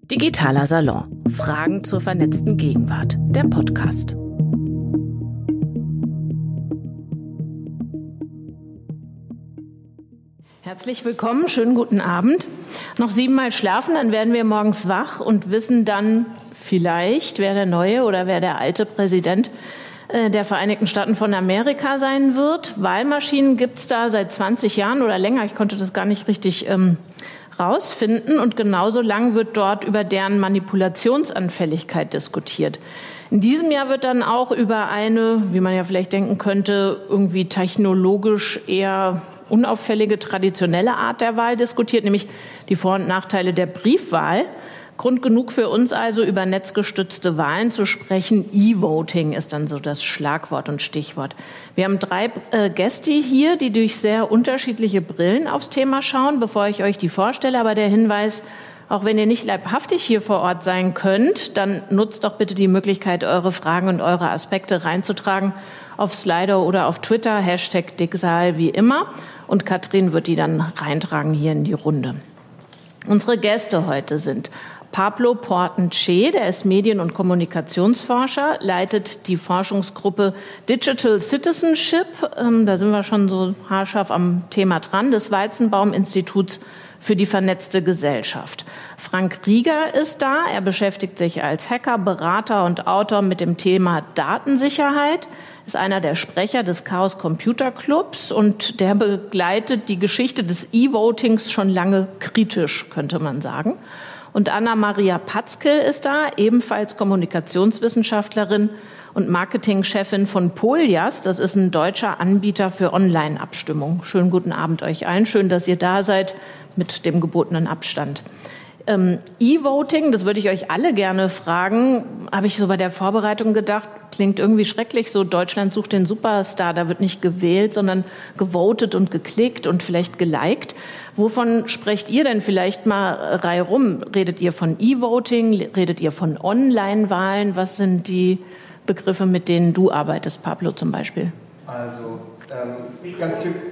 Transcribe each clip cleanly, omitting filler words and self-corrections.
Digitaler Salon. Fragen zur vernetzten Gegenwart. Der Podcast. Herzlich willkommen, schönen guten Abend. Noch 7-mal schlafen, dann werden wir morgens wach und wissen dann vielleicht, wer der neue oder wer der alte Präsident der Vereinigten Staaten von Amerika sein wird. Wahlmaschinen gibt es da seit 20 Jahren oder länger. Ich konnte das gar nicht richtig rausfinden. Und genauso lang wird dort über deren Manipulationsanfälligkeit diskutiert. In diesem Jahr wird dann auch über eine, wie man ja vielleicht denken könnte, irgendwie technologisch eher unauffällige, traditionelle Art der Wahl diskutiert, nämlich die Vor- und Nachteile der Briefwahl. Grund genug für uns also, über netzgestützte Wahlen zu sprechen. E-Voting ist dann so das Schlagwort und Stichwort. Wir haben 3 Gäste hier, die durch sehr unterschiedliche Brillen aufs Thema schauen, bevor ich euch die vorstelle. Aber der Hinweis, auch wenn ihr nicht leibhaftig hier vor Ort sein könnt, dann nutzt doch bitte die Möglichkeit, eure Fragen und eure Aspekte reinzutragen auf Slido oder auf Twitter, #Dicksaal wie immer. Und Katrin wird die dann reintragen hier in die Runde. Unsere Gäste heute sind Pablo Porten-Che, der ist Medien- und Kommunikationsforscher, leitet die Forschungsgruppe Digital Citizenship, da sind wir schon so haarscharf am Thema dran, des Weizenbaum-Instituts für die vernetzte Gesellschaft. Frank Rieger ist da, er beschäftigt sich als Hacker, Berater und Autor mit dem Thema Datensicherheit, ist einer der Sprecher des Chaos Computer Clubs und der begleitet die Geschichte des E-Votings schon lange kritisch, könnte man sagen. Und Anna-Maria Patzke ist da, ebenfalls Kommunikationswissenschaftlerin und Marketingchefin von Polias. Das ist ein deutscher Anbieter für Online-Abstimmung. Schönen guten Abend euch allen. Schön, dass ihr da seid mit dem gebotenen Abstand. E-Voting, das würde ich euch alle gerne fragen, habe ich so bei der Vorbereitung gedacht, klingt irgendwie schrecklich, so Deutschland sucht den Superstar, da wird nicht gewählt, sondern gewotet und geklickt und vielleicht geliked. Wovon sprecht ihr denn vielleicht mal reihum? Redet ihr von E-Voting, redet ihr von Online-Wahlen? Was sind die Begriffe, mit denen du arbeitest, Pablo zum Beispiel? Also, ganz glücklich.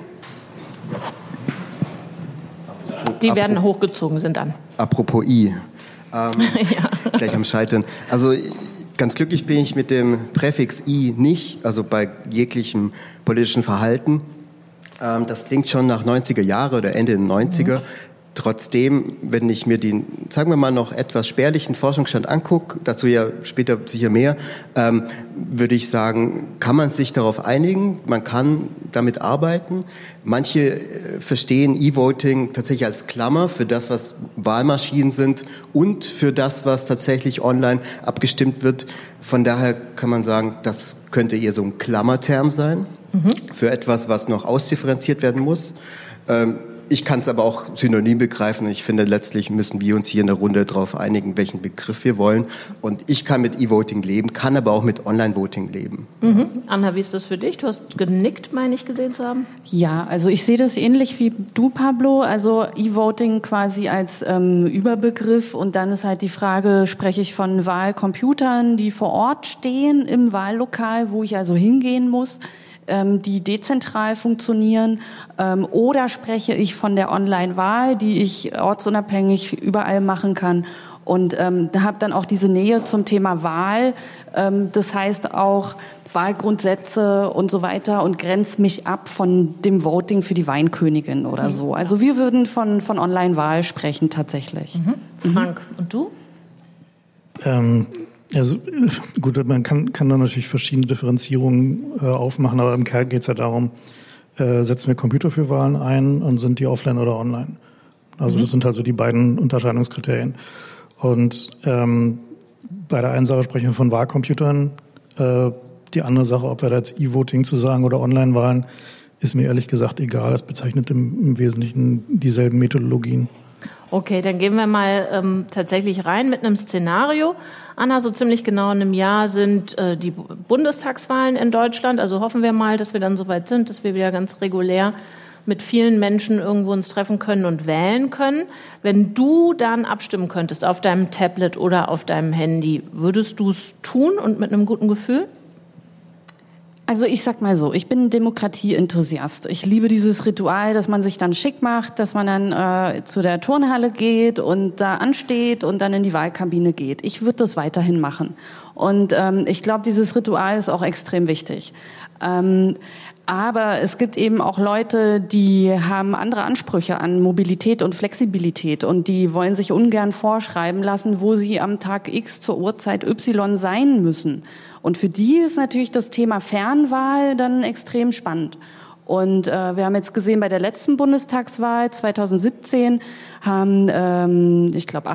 Die werden hochgezogen, sind an. Apropos I. Ja. Gleich am Scheitern. Also ganz glücklich bin ich mit dem Präfix I nicht, also bei jeglichem politischen Verhalten. Das klingt schon nach 90er Jahre oder Ende der 90er. Trotzdem, wenn ich mir den, sagen wir mal, noch etwas spärlichen Forschungsstand angucke, dazu ja später sicher mehr, würde ich sagen, kann man sich darauf einigen, man kann damit arbeiten. Manche verstehen E-Voting tatsächlich als Klammer für das, was Wahlmaschinen sind und für das, was tatsächlich online abgestimmt wird. Von daher kann man sagen, das könnte eher so ein Klammerterm sein für etwas, was noch ausdifferenziert werden muss. Ich kann es aber auch synonym begreifen. Ich finde, letztlich müssen wir uns hier in der Runde darauf einigen, welchen Begriff wir wollen. Und ich kann mit E-Voting leben, kann aber auch mit Online-Voting leben. Anna, wie ist das für dich? Du hast genickt, meine ich, gesehen zu haben. Ja, also ich sehe das ähnlich wie du, Pablo. Also E-Voting quasi als Überbegriff. Und dann ist halt die Frage, spreche ich von Wahlcomputern, die vor Ort stehen im Wahllokal, wo ich also hingehen muss, die dezentral funktionieren, oder spreche ich von der Online-Wahl, die ich ortsunabhängig überall machen kann. Und da habe dann auch diese Nähe zum Thema Wahl, das heißt auch Wahlgrundsätze und so weiter, und grenzt mich ab von dem Voting für die Weinkönigin oder so. Also wir würden von Online-Wahl sprechen tatsächlich. Frank, und du? Also gut, man kann da natürlich verschiedene Differenzierungen aufmachen, aber im Kern geht es ja darum, setzen wir Computer für Wahlen ein und sind die offline oder online? Also das sind halt so die beiden Unterscheidungskriterien. Und bei der einen Sache sprechen wir von Wahlcomputern, die andere Sache, ob wir da jetzt E-Voting zu sagen oder Online-Wahlen, ist mir ehrlich gesagt egal. Es bezeichnet im Wesentlichen dieselben Methodologien. Okay, dann gehen wir mal tatsächlich rein mit einem Szenario. Anna, so ziemlich genau in einem Jahr sind die Bundestagswahlen in Deutschland. Also hoffen wir mal, dass wir dann soweit sind, dass wir wieder ganz regulär mit vielen Menschen irgendwo uns treffen können und wählen können. Wenn du dann abstimmen könntest auf deinem Tablet oder auf deinem Handy, würdest du es tun und mit einem guten Gefühl? Also ich sag mal so, ich bin Demokratie-Enthusiast. Ich liebe dieses Ritual, dass man sich dann schick macht, dass man dann zu der Turnhalle geht und da ansteht und dann in die Wahlkabine geht. Ich würde das weiterhin machen. Und ich glaube, dieses Ritual ist auch extrem wichtig. Aber es gibt eben auch Leute, die haben andere Ansprüche an Mobilität und Flexibilität und die wollen sich ungern vorschreiben lassen, wo sie am Tag X zur Uhrzeit Y sein müssen. Und für die ist natürlich das Thema Fernwahl dann extrem spannend. Und wir haben jetzt gesehen, bei der letzten Bundestagswahl 2017 haben, ich glaube,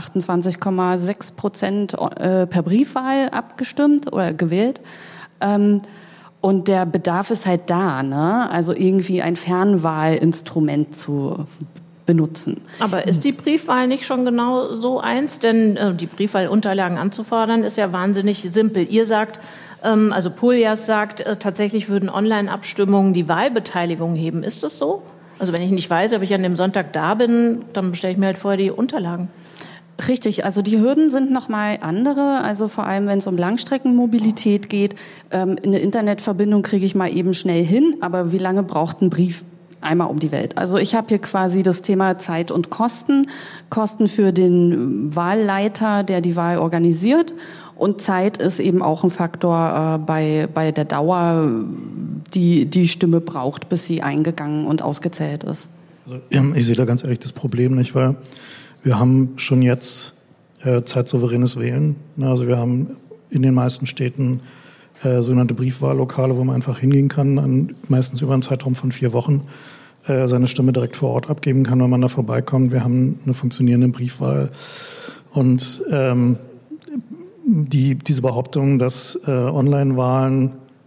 28,6% per Briefwahl abgestimmt oder gewählt. Und der Bedarf ist halt da, ne? Also irgendwie ein Fernwahlinstrument zu benutzen. Aber ist die Briefwahl nicht schon genau so eins? Denn die Briefwahlunterlagen anzufordern ist ja wahnsinnig simpel. Ihr sagt, also Poljas sagt, tatsächlich würden Online-Abstimmungen die Wahlbeteiligung heben. Ist das so? Also wenn ich nicht weiß, ob ich an dem Sonntag da bin, dann bestelle ich mir halt vorher die Unterlagen. Richtig, also die Hürden sind nochmal andere, also vor allem wenn es um Langstreckenmobilität geht. Eine Internetverbindung kriege ich mal eben schnell hin, aber wie lange braucht ein Brief einmal um die Welt? Also ich habe hier quasi das Thema Zeit und Kosten. Kosten für den Wahlleiter, der die Wahl organisiert. Und Zeit ist eben auch ein Faktor bei der Dauer, die Stimme braucht, bis sie eingegangen und ausgezählt ist. Also ich sehe da ganz ehrlich das Problem nicht, weil wir haben schon jetzt zeitsouveränes Wählen. Also wir haben in den meisten Städten sogenannte Briefwahllokale, wo man einfach hingehen kann, meistens über einen Zeitraum von 4 Wochen seine Stimme direkt vor Ort abgeben kann, wenn man da vorbeikommt. Wir haben eine funktionierende Briefwahl. Und diese Behauptung, dass Online-Wahlen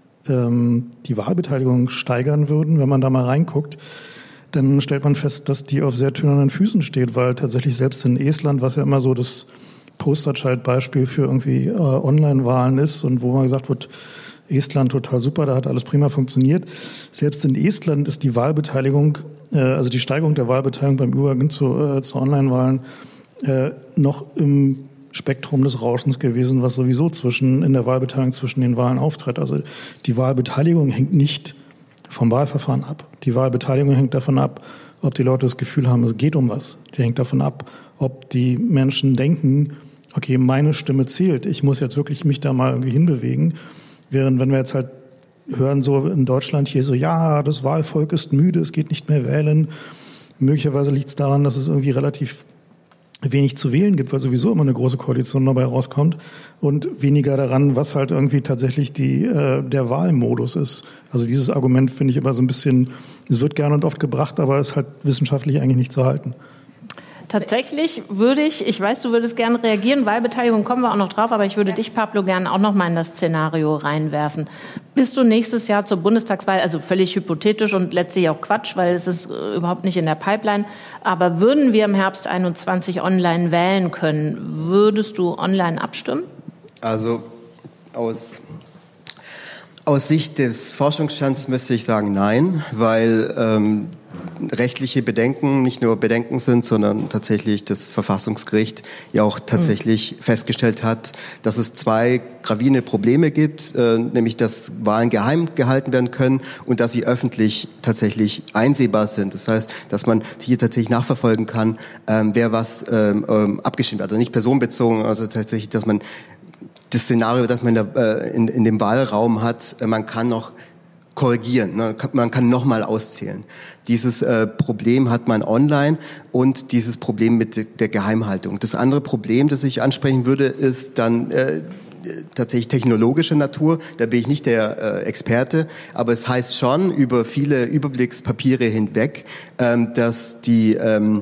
die Wahlbeteiligung steigern würden, wenn man da mal reinguckt, dann stellt man fest, dass die auf sehr tönernen Füßen steht, weil tatsächlich selbst in Estland, was ja immer so das Posterchild-Beispiel für irgendwie Online-Wahlen ist und wo man gesagt wird, Estland total super, da hat alles prima funktioniert. Selbst in Estland ist die Wahlbeteiligung, also die Steigerung der Wahlbeteiligung beim Übergang zu Online-Wahlen noch im Spektrum des Rauschens gewesen, was sowieso in der Wahlbeteiligung zwischen den Wahlen auftritt. Also die Wahlbeteiligung hängt nicht vom Wahlverfahren ab. Die Wahlbeteiligung hängt davon ab, ob die Leute das Gefühl haben, es geht um was. Die hängt davon ab, ob die Menschen denken, okay, meine Stimme zählt. Ich muss jetzt wirklich mich da mal irgendwie hinbewegen. Während wenn wir jetzt halt hören, so in Deutschland hier so, ja, das Wahlvolk ist müde, es geht nicht mehr wählen. Möglicherweise liegt es daran, dass es irgendwie relativ wenig zu wählen gibt, weil sowieso immer eine große Koalition dabei rauskommt und weniger daran, was halt irgendwie tatsächlich der Wahlmodus ist. Also dieses Argument finde ich immer so ein bisschen, es wird gerne und oft gebracht, aber ist halt wissenschaftlich eigentlich nicht zu halten. Tatsächlich würde ich weiß, du würdest gerne reagieren, Wahlbeteiligung kommen wir auch noch drauf, aber ich würde dich, Pablo, gerne auch noch mal in das Szenario reinwerfen. Bist du nächstes Jahr zur Bundestagswahl, also völlig hypothetisch und letztlich auch Quatsch, weil es ist überhaupt nicht in der Pipeline, aber würden wir im Herbst 21 online wählen können, würdest du online abstimmen? Also aus Sicht des Forschungsstands müsste ich sagen nein, weil rechtliche Bedenken nicht nur Bedenken sind, sondern tatsächlich das Verfassungsgericht ja auch tatsächlich festgestellt hat, dass es 2 gravierende Probleme gibt, nämlich dass Wahlen geheim gehalten werden können und dass sie öffentlich tatsächlich einsehbar sind. Das heißt, dass man hier tatsächlich nachverfolgen kann, wer was abgestimmt hat. Also nicht personenbezogen, also tatsächlich, dass man das Szenario, das man in dem Wahlraum hat, man kann noch korrigieren, ne? Man kann nochmal auszählen. Dieses Problem hat man online und dieses Problem mit der Geheimhaltung. Das andere Problem, das ich ansprechen würde, ist dann tatsächlich technologischer Natur. Da bin ich nicht der Experte, aber es heißt schon über viele Überblickspapiere hinweg, dass die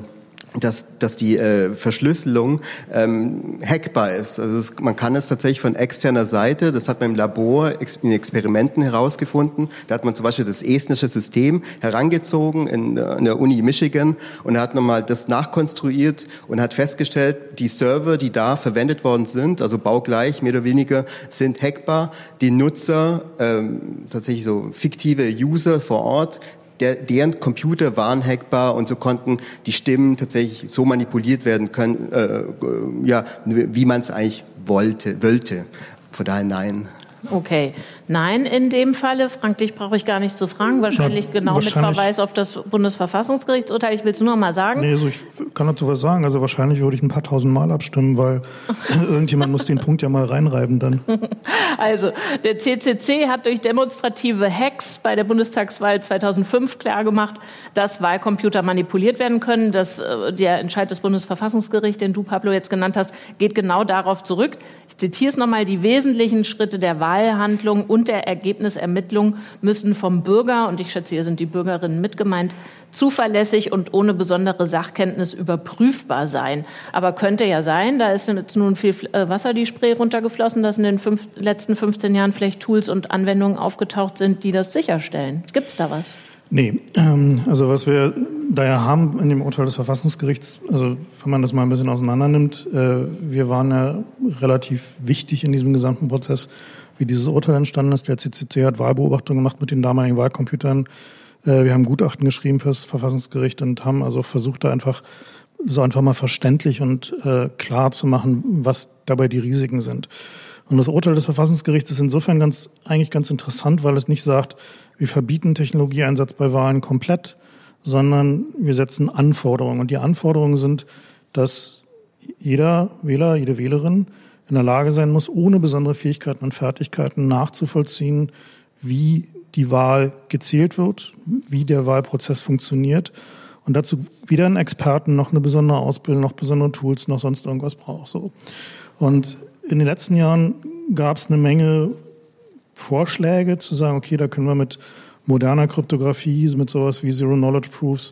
Verschlüsselung hackbar ist. Also man kann es tatsächlich von externer Seite, das hat man im Labor in Experimenten herausgefunden. Da hat man zum Beispiel das estnische System herangezogen in der Uni Michigan und da hat man mal das nachkonstruiert und hat festgestellt, die Server, die da verwendet worden sind, also baugleich mehr oder weniger, sind hackbar. Die Nutzer, tatsächlich so fiktive User vor Ort, deren Computer waren hackbar und so konnten die Stimmen tatsächlich so manipuliert werden können, wie man es eigentlich wollte. Von daher nein. Okay, Nein, in dem Falle. Frank, dich brauche ich gar nicht zu fragen. Wahrscheinlich mit Verweis auf das Bundesverfassungsgerichtsurteil. Ich will es nur mal sagen. Nee, also ich kann dazu was sagen. Also wahrscheinlich würde ich ein paar tausend Mal abstimmen, weil irgendjemand muss den Punkt ja mal reinreiben dann. Also, der CCC hat durch demonstrative Hacks bei der Bundestagswahl 2005 klargemacht, dass Wahlcomputer manipuliert werden können. Der Entscheid des Bundesverfassungsgerichts, den du, Pablo, jetzt genannt hast, geht genau darauf zurück. Ich zitiere es nochmal: Die wesentlichen Schritte der Wahlhandlung und der Ergebnisermittlung müssen vom Bürger, und ich schätze, hier sind die Bürgerinnen mit gemeint, zuverlässig und ohne besondere Sachkenntnis überprüfbar sein. Aber könnte ja sein, da ist jetzt nun viel Wasser die Spree runtergeflossen, dass in den letzten 15 Jahren vielleicht Tools und Anwendungen aufgetaucht sind, die das sicherstellen. Gibt's da was? Nee, also was wir da ja haben in dem Urteil des Verfassungsgerichts, also wenn man das mal ein bisschen auseinander nimmt, wir waren ja relativ wichtig in diesem gesamten Prozess, wie dieses Urteil entstanden ist. Der CCC hat Wahlbeobachtungen gemacht mit den damaligen Wahlcomputern. Wir haben Gutachten geschrieben für das Verfassungsgericht und haben also versucht, da einfach mal verständlich und klar zu machen, was dabei die Risiken sind. Und das Urteil des Verfassungsgerichts ist insofern eigentlich ganz interessant, weil es nicht sagt, wir verbieten Technologieeinsatz bei Wahlen komplett, sondern wir setzen Anforderungen. Und die Anforderungen sind, dass jeder Wähler, jede Wählerin in der Lage sein muss, ohne besondere Fähigkeiten und Fertigkeiten nachzuvollziehen, wie die Wahl gezählt wird, wie der Wahlprozess funktioniert. Und dazu weder einen Experten noch eine besondere Ausbildung, noch besondere Tools, noch sonst irgendwas braucht. So. Und in den letzten Jahren gab es eine Menge Vorschläge zu sagen, okay, da können wir mit moderner Kryptographie, mit sowas wie Zero-Knowledge-Proofs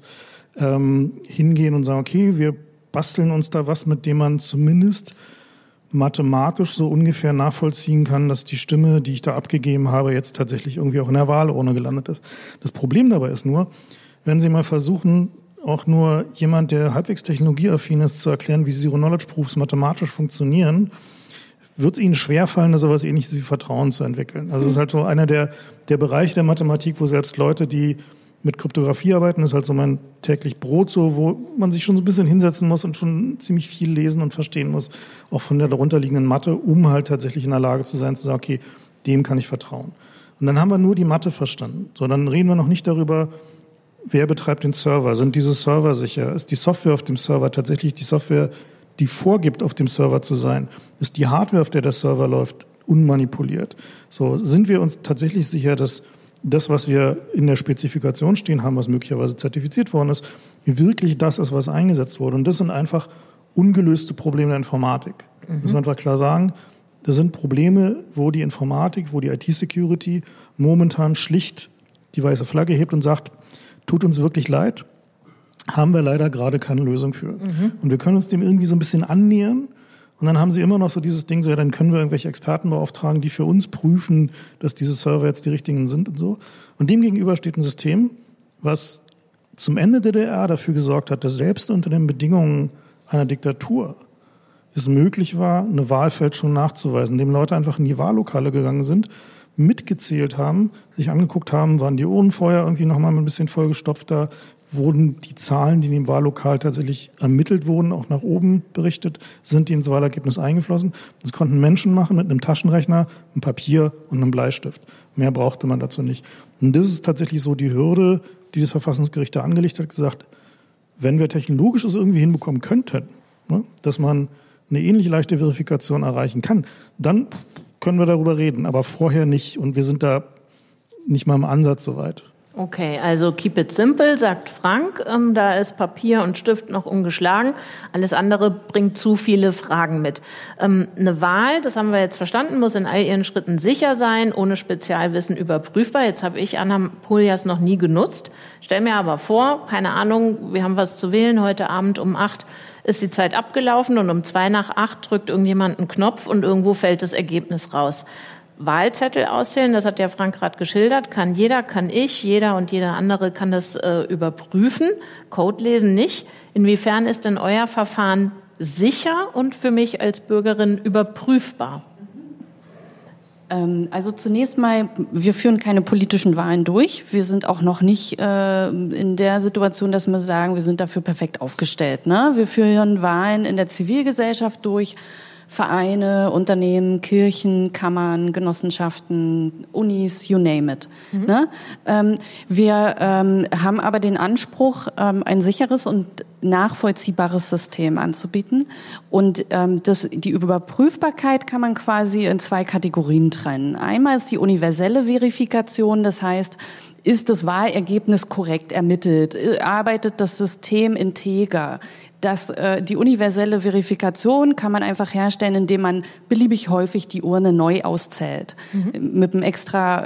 hingehen und sagen, okay, wir basteln uns da was, mit dem man zumindest mathematisch so ungefähr nachvollziehen kann, dass die Stimme, die ich da abgegeben habe, jetzt tatsächlich irgendwie auch in der Wahlurne gelandet ist. Das Problem dabei ist nur, wenn Sie mal versuchen, auch nur jemand, der halbwegs technologieaffin ist, zu erklären, wie Zero-Knowledge-Proofs mathematisch funktionieren, wird es Ihnen schwerfallen, da sowas Ähnliches wie Vertrauen zu entwickeln. Also es ist halt so einer der Bereiche der Mathematik, wo selbst Leute, die mit Kryptographie arbeiten, das ist halt so mein täglich Brot, so, wo man sich schon so ein bisschen hinsetzen muss und schon ziemlich viel lesen und verstehen muss, auch von der darunterliegenden Mathe, um halt tatsächlich in der Lage zu sein, zu sagen, okay, dem kann ich vertrauen. Und dann haben wir nur die Mathe verstanden. So, dann reden wir noch nicht darüber, wer betreibt den Server? Sind diese Server sicher? Ist die Software auf dem Server tatsächlich die Software, die vorgibt, auf dem Server zu sein? Ist die Hardware, auf der der Server läuft, unmanipuliert? So, sind wir uns tatsächlich sicher, dass das, was wir in der Spezifikation stehen haben, was möglicherweise zertifiziert worden ist, wirklich das ist, was eingesetzt wurde? Und das sind einfach ungelöste Probleme der Informatik. Muss man einfach klar sagen. Das sind Probleme, wo die Informatik, wo die IT-Security momentan schlicht die weiße Flagge hebt und sagt, tut uns wirklich leid, haben wir leider gerade keine Lösung für. Und wir können uns dem irgendwie so ein bisschen annähern. Und dann haben sie immer noch so dieses Ding, so ja, dann können wir irgendwelche Experten beauftragen, die für uns prüfen, dass diese Server jetzt die richtigen sind und so. Und dem gegenüber steht ein System, was zum Ende der DDR dafür gesorgt hat, dass selbst unter den Bedingungen einer Diktatur es möglich war, eine Wahlfälschung nachzuweisen, indem Leute einfach in die Wahllokale gegangen sind, mitgezählt haben, sich angeguckt haben, waren die Urnen vorher irgendwie nochmal ein bisschen vollgestopft, da wurden die Zahlen, die in dem Wahllokal tatsächlich ermittelt wurden, auch nach oben berichtet, sind die ins Wahlergebnis eingeflossen. Das konnten Menschen machen mit einem Taschenrechner, einem Papier und einem Bleistift. Mehr brauchte man dazu nicht. Und das ist tatsächlich so die Hürde, die das Verfassungsgericht da angelegt hat, gesagt, wenn wir technologisch es irgendwie hinbekommen könnten, ne, dass man eine ähnlich leichte Verifikation erreichen kann, dann können wir darüber reden, aber vorher nicht. Und wir sind da nicht mal im Ansatz so weit. Okay, also keep it simple, sagt Frank. Da ist Papier und Stift noch ungeschlagen. Alles andere bringt zu viele Fragen mit. Eine Wahl, das haben wir jetzt verstanden, muss in all ihren Schritten sicher sein, ohne Spezialwissen überprüfbar. Jetzt habe ich Anna Poljas noch nie genutzt. Stell mir aber vor, keine Ahnung, wir haben was zu wählen, heute Abend um 8 ist die Zeit abgelaufen und um 7:55 drückt irgendjemand einen Knopf und irgendwo fällt das Ergebnis raus. Wahlzettel auszählen, das hat ja Frank gerade geschildert, kann jeder, kann ich, jeder und jeder andere kann das überprüfen, Code lesen nicht. Inwiefern ist denn euer Verfahren sicher und für mich als Bürgerin überprüfbar? Also zunächst mal, wir führen keine politischen Wahlen durch. Wir sind auch noch nicht in der Situation, dass wir sagen, wir sind dafür perfekt aufgestellt. Ne? Wir führen Wahlen in der Zivilgesellschaft durch, Vereine, Unternehmen, Kirchen, Kammern, Genossenschaften, Unis, you name it. Ne? Wir haben aber den Anspruch, ein sicheres und nachvollziehbares System anzubieten. Und die Überprüfbarkeit kann man quasi in 2 Kategorien trennen. Einmal ist die universelle Verifikation, das heißt, ist das Wahlergebnis korrekt ermittelt? Arbeitet das System integer? Die universelle Verifikation kann man einfach herstellen, indem man beliebig häufig die Urne neu auszählt. Mit einem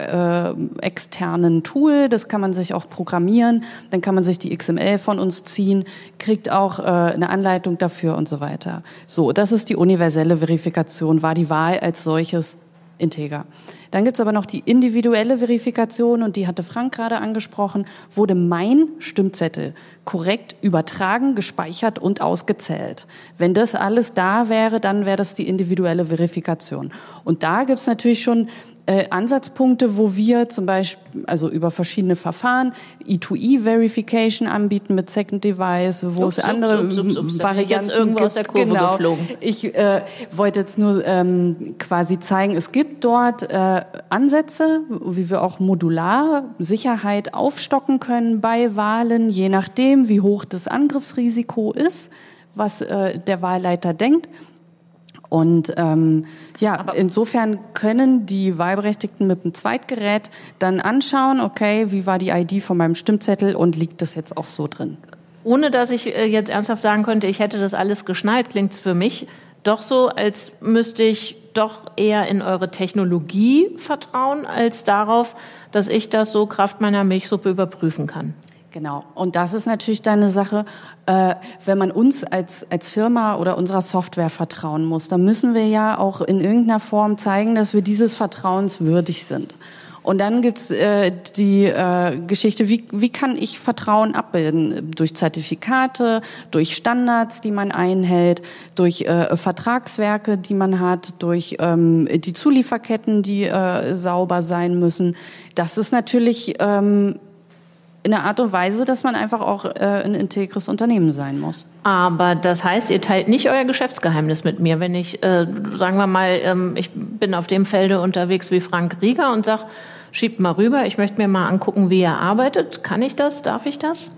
externen Tool, das kann man sich auch programmieren, dann kann man sich die XML von uns ziehen, kriegt auch eine Anleitung dafür und so weiter. So, das ist die universelle Verifikation, war die Wahl als solches integer. Dann gibt's aber noch die individuelle Verifikation und die hatte Frank gerade angesprochen. Wurde mein Stimmzettel korrekt übertragen, gespeichert und ausgezählt? Wenn das alles da wäre, dann wäre das die individuelle Verifikation. Und da gibt's natürlich schon Ansatzpunkte, wo wir zum Beispiel, also über verschiedene Verfahren, E2E-Verification anbieten mit Second Device, wo es andere Varianten jetzt irgendwo aus der Kurve geflogen. Ich wollte jetzt nur quasi zeigen, es gibt dort Ansätze, wie wir auch modular Sicherheit aufstocken können bei Wahlen, je nachdem, wie hoch das Angriffsrisiko ist, was der Wahlleiter denkt. Und insofern können die Wahlberechtigten mit dem Zweitgerät dann anschauen, okay, wie war die ID von meinem Stimmzettel und liegt das jetzt auch so drin? Ohne dass ich jetzt ernsthaft sagen könnte, ich hätte das alles geschnallt, klingt es für mich doch so, als müsste ich doch eher in eure Technologie vertrauen, als darauf, dass ich das so Kraft meiner Milchsuppe überprüfen kann. Genau. Und das ist natürlich dann eine Sache, wenn man uns als Firma oder unserer Software vertrauen muss, dann müssen wir ja auch in irgendeiner Form zeigen, dass wir dieses vertrauenswürdig sind. Und dann gibt's die Geschichte, wie kann ich Vertrauen abbilden? Durch Zertifikate, durch Standards, die man einhält, durch Vertragswerke, die man hat, durch die Zulieferketten, die sauber sein müssen. Das ist natürlich in der Art und Weise, dass man einfach auch ein integres Unternehmen sein muss. Aber das heißt, ihr teilt nicht euer Geschäftsgeheimnis mit mir. Wenn ich, sagen wir mal, ich bin auf dem Felde unterwegs wie Frank Rieger und sage, schiebt mal rüber, ich möchte mir mal angucken, wie ihr arbeitet. Kann ich das? Darf ich das?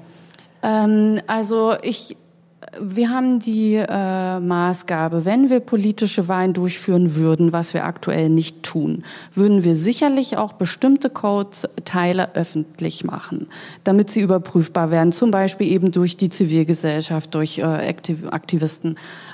Wir haben die Maßgabe, wenn wir politische Wahlen durchführen würden, was wir aktuell nicht tun, würden wir sicherlich auch bestimmte Codeteile öffentlich machen, damit sie überprüfbar werden, zum Beispiel eben durch die Zivilgesellschaft, durch Aktivisten.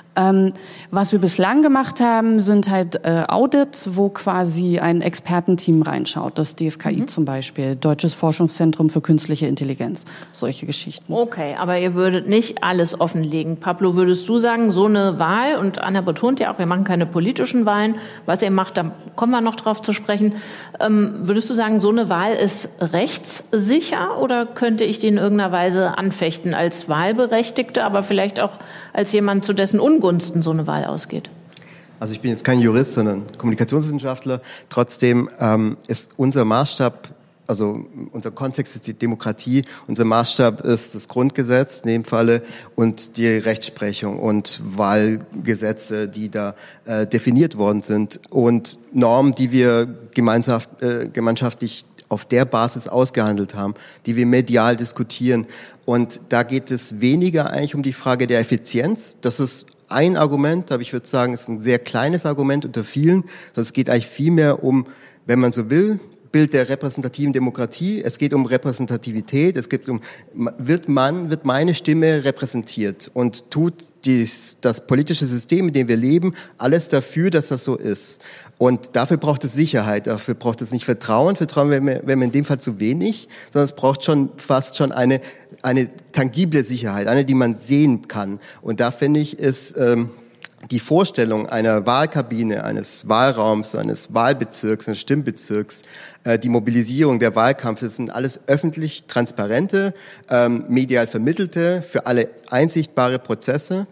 Was wir bislang gemacht haben, sind halt Audits, wo quasi ein Expertenteam reinschaut, das DFKI zum Beispiel, Deutsches Forschungszentrum für Künstliche Intelligenz, solche Geschichten. Okay, aber ihr würdet nicht alles offenlegen. Pablo, würdest du sagen, so eine Wahl, und Anna betont ja auch, wir machen keine politischen Wahlen, was ihr macht, da kommen wir noch drauf zu sprechen, würdest du sagen, so eine Wahl ist rechtssicher oder könnte ich die in irgendeiner Weise anfechten als Wahlberechtigte, aber vielleicht auch als jemand, zu dessen Ungunsten so eine Wahl ausgeht? Also ich bin jetzt kein Jurist, sondern Kommunikationswissenschaftler. Trotzdem ist unser Maßstab, also unser Kontext ist die Demokratie, unser Maßstab ist das Grundgesetz in dem Falle und die Rechtsprechung und Wahlgesetze, die da definiert worden sind und Normen, die wir gemeinschaftlich auf der Basis ausgehandelt haben, die wir medial diskutieren. Und da geht es weniger eigentlich um die Frage der Effizienz. Das ist ein Argument, aber ich würde sagen, es ist ein sehr kleines Argument unter vielen. Es geht eigentlich viel mehr um, wenn man so will, Bild der repräsentativen Demokratie. Es geht um Repräsentativität. Es geht um, wird meine Stimme repräsentiert und tut das politische System, in dem wir leben, alles dafür, dass das so ist. Und dafür braucht es Sicherheit, dafür braucht es nicht Vertrauen. Vertrauen wäre in dem Fall zu wenig, sondern es braucht fast schon eine tangible Sicherheit, eine, die man sehen kann. Und da finde ich, ist die Vorstellung einer Wahlkabine, eines Wahlraums, eines Wahlbezirks, eines Stimmbezirks, die Mobilisierung, der Wahlkampf, das sind alles öffentlich transparente, medial vermittelte, für alle einsichtbare Prozesse,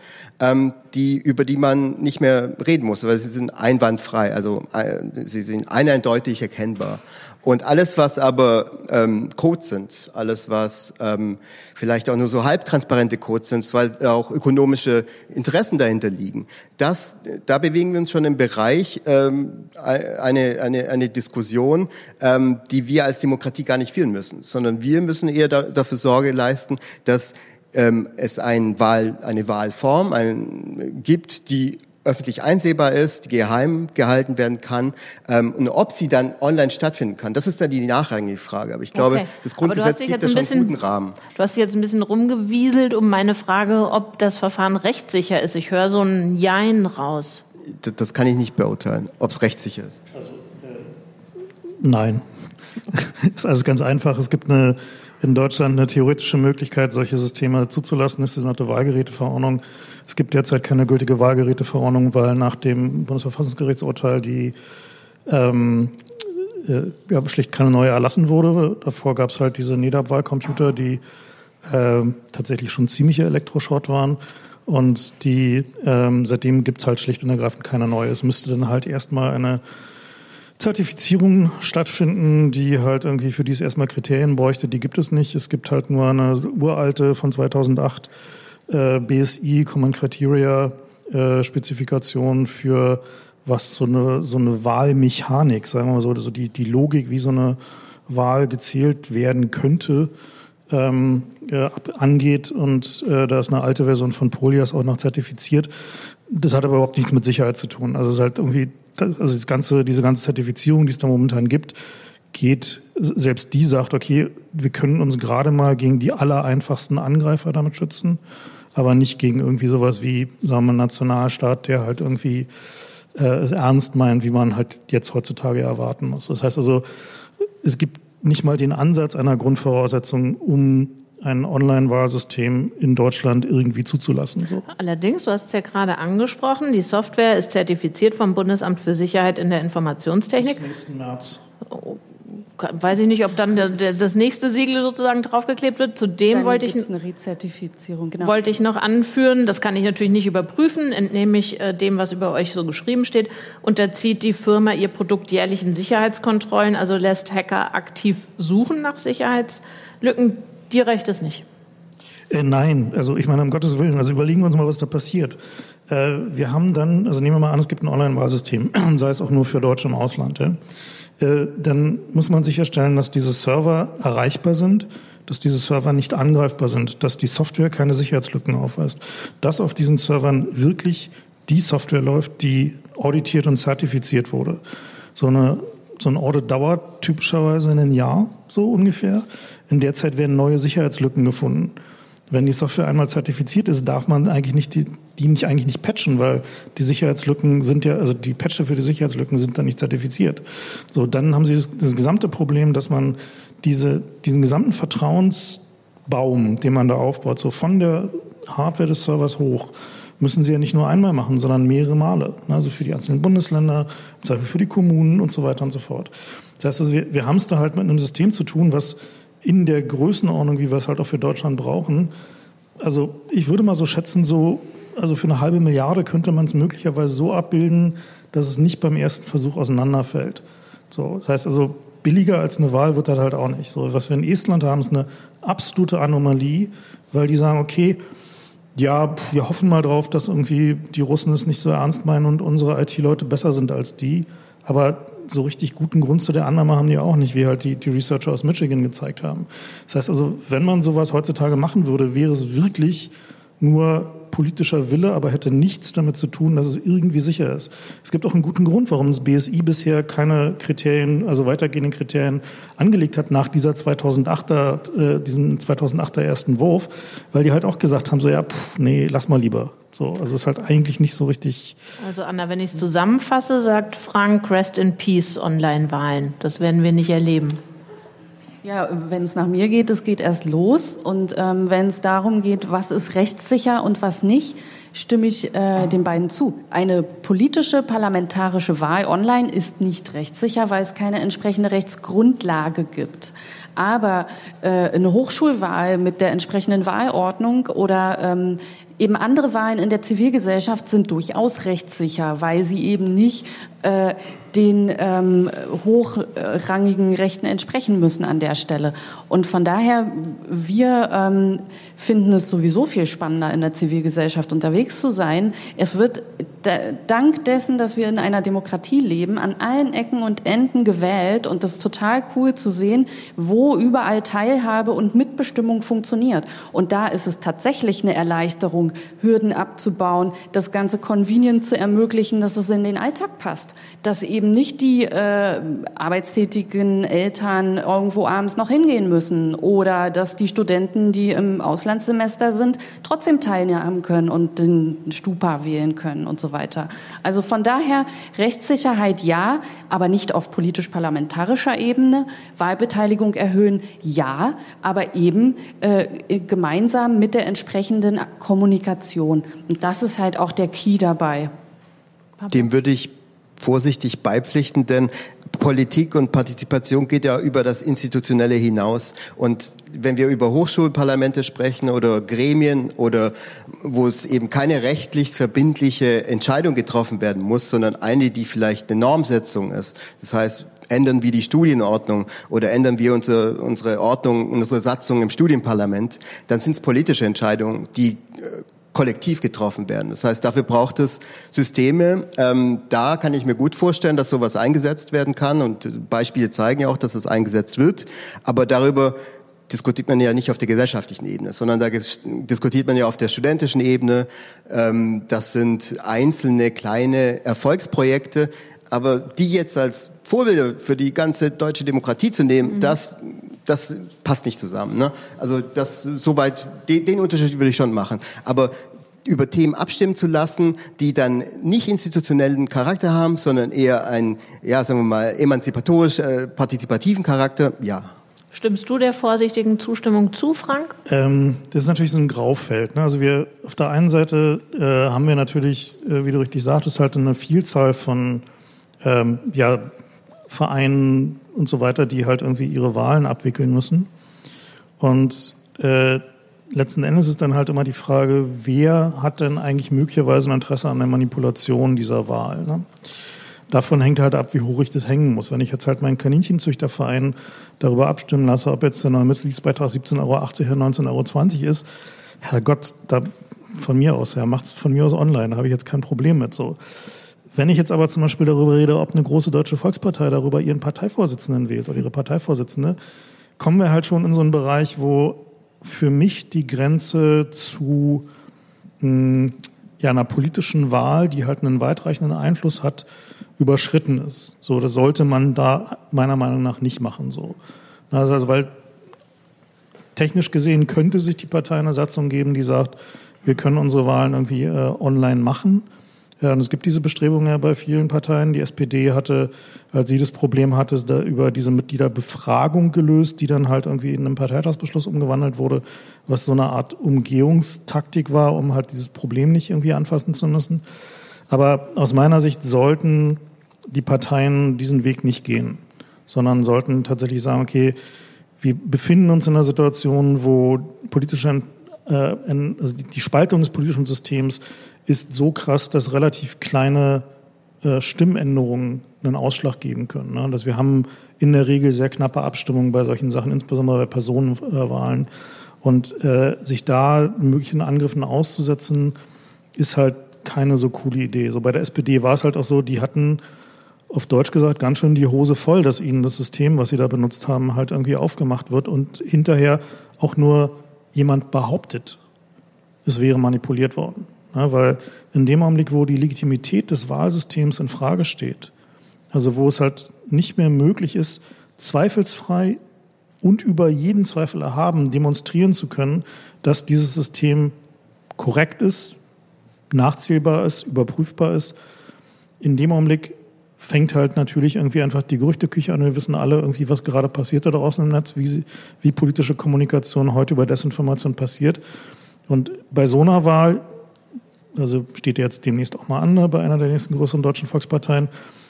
über die man nicht mehr reden muss, weil sie sind einwandfrei, also sie sind eindeutig erkennbar. Und alles, was aber Codes sind, alles, was vielleicht auch nur so halbtransparente Codes sind, weil auch ökonomische Interessen dahinter liegen, da bewegen wir uns schon im Bereich eine Diskussion, die wir als Demokratie gar nicht führen müssen, sondern wir müssen eher dafür Sorge leisten, dass es eine Wahlform gibt, die öffentlich einsehbar ist, die geheim gehalten werden kann, und ob sie dann online stattfinden kann, das ist dann die nachrangige Frage. Aber ich glaube, das Grundgesetz gibt da schon einen guten Rahmen. Du hast jetzt ein bisschen rumgewieselt um meine Frage, ob das Verfahren rechtssicher ist. Ich höre so ein Jein raus. Das kann ich nicht beurteilen, ob es rechtssicher ist. Nein. Das ist also ganz einfach. Es gibt in Deutschland eine theoretische Möglichkeit, solche Systeme zuzulassen. Das ist die sogenannte Wahlgeräteverordnung. Es gibt derzeit keine gültige Wahlgeräteverordnung, weil nach dem Bundesverfassungsgerichtsurteil die schlicht keine neue erlassen wurde. Davor gab es halt diese NEDAP-Wahlcomputer, die tatsächlich schon ziemliche Elektroschrott waren. Und die seitdem gibt es halt schlicht und ergreifend keine neue. Es müsste dann halt erstmal eine Zertifizierung stattfinden, die halt irgendwie, für die es erstmal Kriterien bräuchte, die gibt es nicht. Es gibt halt nur eine uralte von 2008 BSI Common Criteria Spezifikation für was so eine Wahlmechanik, sagen wir mal so, also die Logik, wie so eine Wahl gezählt werden könnte, angeht. Und da ist eine alte Version von Polias auch noch zertifiziert. Das hat aber überhaupt nichts mit Sicherheit zu tun. Also es ist halt irgendwie, diese ganze Zertifizierung, die es da momentan gibt, selbst die sagt, okay, wir können uns gerade mal gegen die allereinfachsten Angreifer damit schützen, aber nicht gegen irgendwie sowas wie, sagen wir, einen Nationalstaat, der halt irgendwie es ernst meint, wie man halt jetzt heutzutage erwarten muss. Das heißt also, es gibt nicht mal den Ansatz einer Grundvoraussetzung, um ein Online-Wahlsystem in Deutschland irgendwie zuzulassen. So. Allerdings, du hast es ja gerade angesprochen, die Software ist zertifiziert vom Bundesamt für Sicherheit in der Informationstechnik. Bis nächsten März. Weiß ich nicht, ob dann das nächste Siegel sozusagen draufgeklebt wird. Zudem wollte ich eine Rezertifizierung, genau. Wollte ich noch anführen, das kann ich natürlich nicht überprüfen, entnehme ich dem, was über euch so geschrieben steht, unterzieht die Firma ihr Produkt jährlichen Sicherheitskontrollen, also lässt Hacker aktiv suchen nach Sicherheitslücken. Dir reicht es nicht? Nein, also ich meine, um Gottes Willen, also überlegen wir uns mal, was da passiert. Wir haben dann, also nehmen wir mal an, es gibt ein Online-Wahlsystem, sei es auch nur für Deutsche im Ausland, ja. Dann muss man sicherstellen, dass diese Server erreichbar sind, dass diese Server nicht angreifbar sind, dass die Software keine Sicherheitslücken aufweist, dass auf diesen Servern wirklich die Software läuft, die auditiert und zertifiziert wurde. So ein Audit dauert typischerweise ein Jahr, so ungefähr. In der Zeit werden neue Sicherheitslücken gefunden. Wenn die Software einmal zertifiziert ist, darf man eigentlich nicht die nicht patchen, weil die Sicherheitslücken sind ja, also die Patche für die Sicherheitslücken sind dann nicht zertifiziert. So, dann haben sie das gesamte Problem, dass man diesen gesamten Vertrauensbaum, den man da aufbaut, so von der Hardware des Servers hoch, müssen sie ja nicht nur einmal machen, sondern mehrere Male. Also für die einzelnen Bundesländer, im Zweifel für die Kommunen und so weiter und so fort. Das heißt, also wir haben es da halt mit einem System zu tun, was in der Größenordnung, wie wir es halt auch für Deutschland brauchen. Also ich würde mal so schätzen, also für 500 Milliarden könnte man es möglicherweise so abbilden, dass es nicht beim ersten Versuch auseinanderfällt. So, das heißt also, billiger als eine Wahl wird das halt auch nicht. So, was wir in Estland haben, ist eine absolute Anomalie, weil die sagen, okay, ja, wir hoffen mal drauf, dass irgendwie die Russen es nicht so ernst meinen und unsere IT-Leute besser sind als die. Aber so richtig guten Grund zu der Annahme haben die auch nicht, wie halt die Researcher aus Michigan gezeigt haben. Das heißt also, wenn man sowas heutzutage machen würde, wäre es wirklich nur politischer Wille, aber hätte nichts damit zu tun, dass es irgendwie sicher ist. Es gibt auch einen guten Grund, warum das BSI bisher keine Kriterien, also weitergehenden Kriterien angelegt hat nach diesem 2008er ersten Wurf, weil die halt auch gesagt haben, so ja, nee, lass mal lieber. So, also es ist halt eigentlich nicht so richtig. Also Anna, wenn ich es zusammenfasse, sagt Frank, rest in peace, Online-Wahlen. Das werden wir nicht erleben. Ja, wenn es nach mir geht, es geht erst los. Und wenn es darum geht, was ist rechtssicher und was nicht, stimme ich den beiden zu. Eine politische parlamentarische Wahl online ist nicht rechtssicher, weil es keine entsprechende Rechtsgrundlage gibt. Aber eine Hochschulwahl mit der entsprechenden Wahlordnung oder Eben andere Wahlen in der Zivilgesellschaft sind durchaus rechtssicher, weil sie eben nicht den hochrangigen Rechten entsprechen müssen an der Stelle. Und von daher, wir finden es sowieso viel spannender, in der Zivilgesellschaft unterwegs zu sein. Es wird dank dessen, dass wir in einer Demokratie leben, an allen Ecken und Enden gewählt. Und das ist total cool zu sehen, wo überall Teilhabe und Mitbestimmung funktioniert. Und da ist es tatsächlich eine Erleichterung, Hürden abzubauen, das ganze convenient zu ermöglichen, dass es in den Alltag passt. Dass eben nicht die arbeitstätigen Eltern irgendwo abends noch hingehen müssen oder dass die Studenten, die im Auslandssemester sind, trotzdem teilnehmen können und den Stupa wählen können und so weiter. Also von daher Rechtssicherheit ja, aber nicht auf politisch-parlamentarischer Ebene. Wahlbeteiligung erhöhen ja, aber eben gemeinsam mit der entsprechenden Kommunikation. Und das ist halt auch der Key dabei. Dem würde ich vorsichtig beipflichten, denn Politik und Partizipation geht ja über das Institutionelle hinaus. Und wenn wir über Hochschulparlamente sprechen oder Gremien oder wo es eben keine rechtlich verbindliche Entscheidung getroffen werden muss, sondern eine, die vielleicht eine Normsetzung ist. Das heißt, ändern wir die Studienordnung oder ändern wir unsere Ordnung, unsere Satzung im Studienparlament, dann sind es politische Entscheidungen, die kollektiv getroffen werden. Das heißt, dafür braucht es Systeme. Da kann ich mir gut vorstellen, dass sowas eingesetzt werden kann und Beispiele zeigen ja auch, dass es eingesetzt wird. Aber darüber diskutiert man ja nicht auf der gesellschaftlichen Ebene, sondern da diskutiert man ja auf der studentischen Ebene. Das sind einzelne kleine Erfolgsprojekte, aber die jetzt als Vorbilder für die ganze deutsche Demokratie zu nehmen, das passt nicht zusammen. Ne? Also soweit den Unterschied würde ich schon machen. Aber über Themen abstimmen zu lassen, die dann nicht institutionellen Charakter haben, sondern eher einen, sagen wir mal, emanzipatorisch, partizipativen Charakter, ja. Stimmst du der vorsichtigen Zustimmung zu, Frank? Das ist natürlich so ein Graufeld. Ne? Also wir auf der einen Seite haben wir natürlich, wie du richtig sagtest, halt eine Vielzahl von Vereinen und so weiter, die halt irgendwie ihre Wahlen abwickeln müssen. Und letzten Endes ist dann halt immer die Frage, wer hat denn eigentlich möglicherweise ein Interesse an der Manipulation dieser Wahl? Ne? Davon hängt halt ab, wie hoch ich das hängen muss. Wenn ich jetzt halt meinen Kaninchenzüchterverein darüber abstimmen lasse, ob jetzt der neue Mitgliedsbeitrag 17,80 € oder 19,20 € ist, Herrgott, da von mir aus, macht's von mir aus online, da habe ich jetzt kein Problem mit so. Wenn ich jetzt aber zum Beispiel darüber rede, ob eine große deutsche Volkspartei darüber ihren Parteivorsitzenden wählt oder ihre Parteivorsitzende, kommen wir halt schon in so einen Bereich, wo für mich die Grenze zu einer politischen Wahl, die halt einen weitreichenden Einfluss hat, überschritten ist. So, das sollte man da meiner Meinung nach nicht machen. So. Also weil technisch gesehen könnte sich die Partei eine Satzung geben, die sagt, wir können unsere Wahlen irgendwie online machen. Ja, und es gibt diese Bestrebungen ja bei vielen Parteien. Die SPD hatte, als sie das Problem hatte, da über diese Mitgliederbefragung gelöst, die dann halt irgendwie in einen Parteitagsbeschluss umgewandelt wurde, was so eine Art Umgehungstaktik war, um halt dieses Problem nicht irgendwie anfassen zu müssen. Aber aus meiner Sicht sollten die Parteien diesen Weg nicht gehen, sondern sollten tatsächlich sagen, okay, wir befinden uns in einer Situation, wo also die Spaltung des politischen Systems ist so krass, dass relativ kleine Stimmänderungen einen Ausschlag geben können. Ne? Dass wir haben in der Regel sehr knappe Abstimmungen bei solchen Sachen, insbesondere bei Personenwahlen. Und sich da möglichen Angriffen auszusetzen, ist halt keine so coole Idee. So bei der SPD war es halt auch so, die hatten auf Deutsch gesagt ganz schön die Hose voll, dass ihnen das System, was sie da benutzt haben, halt irgendwie aufgemacht wird und hinterher auch nur jemand behauptet, es wäre manipuliert worden. Ja, weil in dem Augenblick, wo die Legitimität des Wahlsystems in Frage steht, also wo es halt nicht mehr möglich ist, zweifelsfrei und über jeden Zweifel erhaben demonstrieren zu können, dass dieses System korrekt ist, nachzählbar ist, überprüfbar ist, in dem Augenblick fängt halt natürlich irgendwie einfach die Gerüchteküche an. Wir wissen alle irgendwie, was gerade passiert da draußen im Netz, wie politische Kommunikation heute über Desinformation passiert. Und bei so einer Wahl, also steht jetzt demnächst auch mal an, bei einer der nächsten größeren deutschen Volksparteien,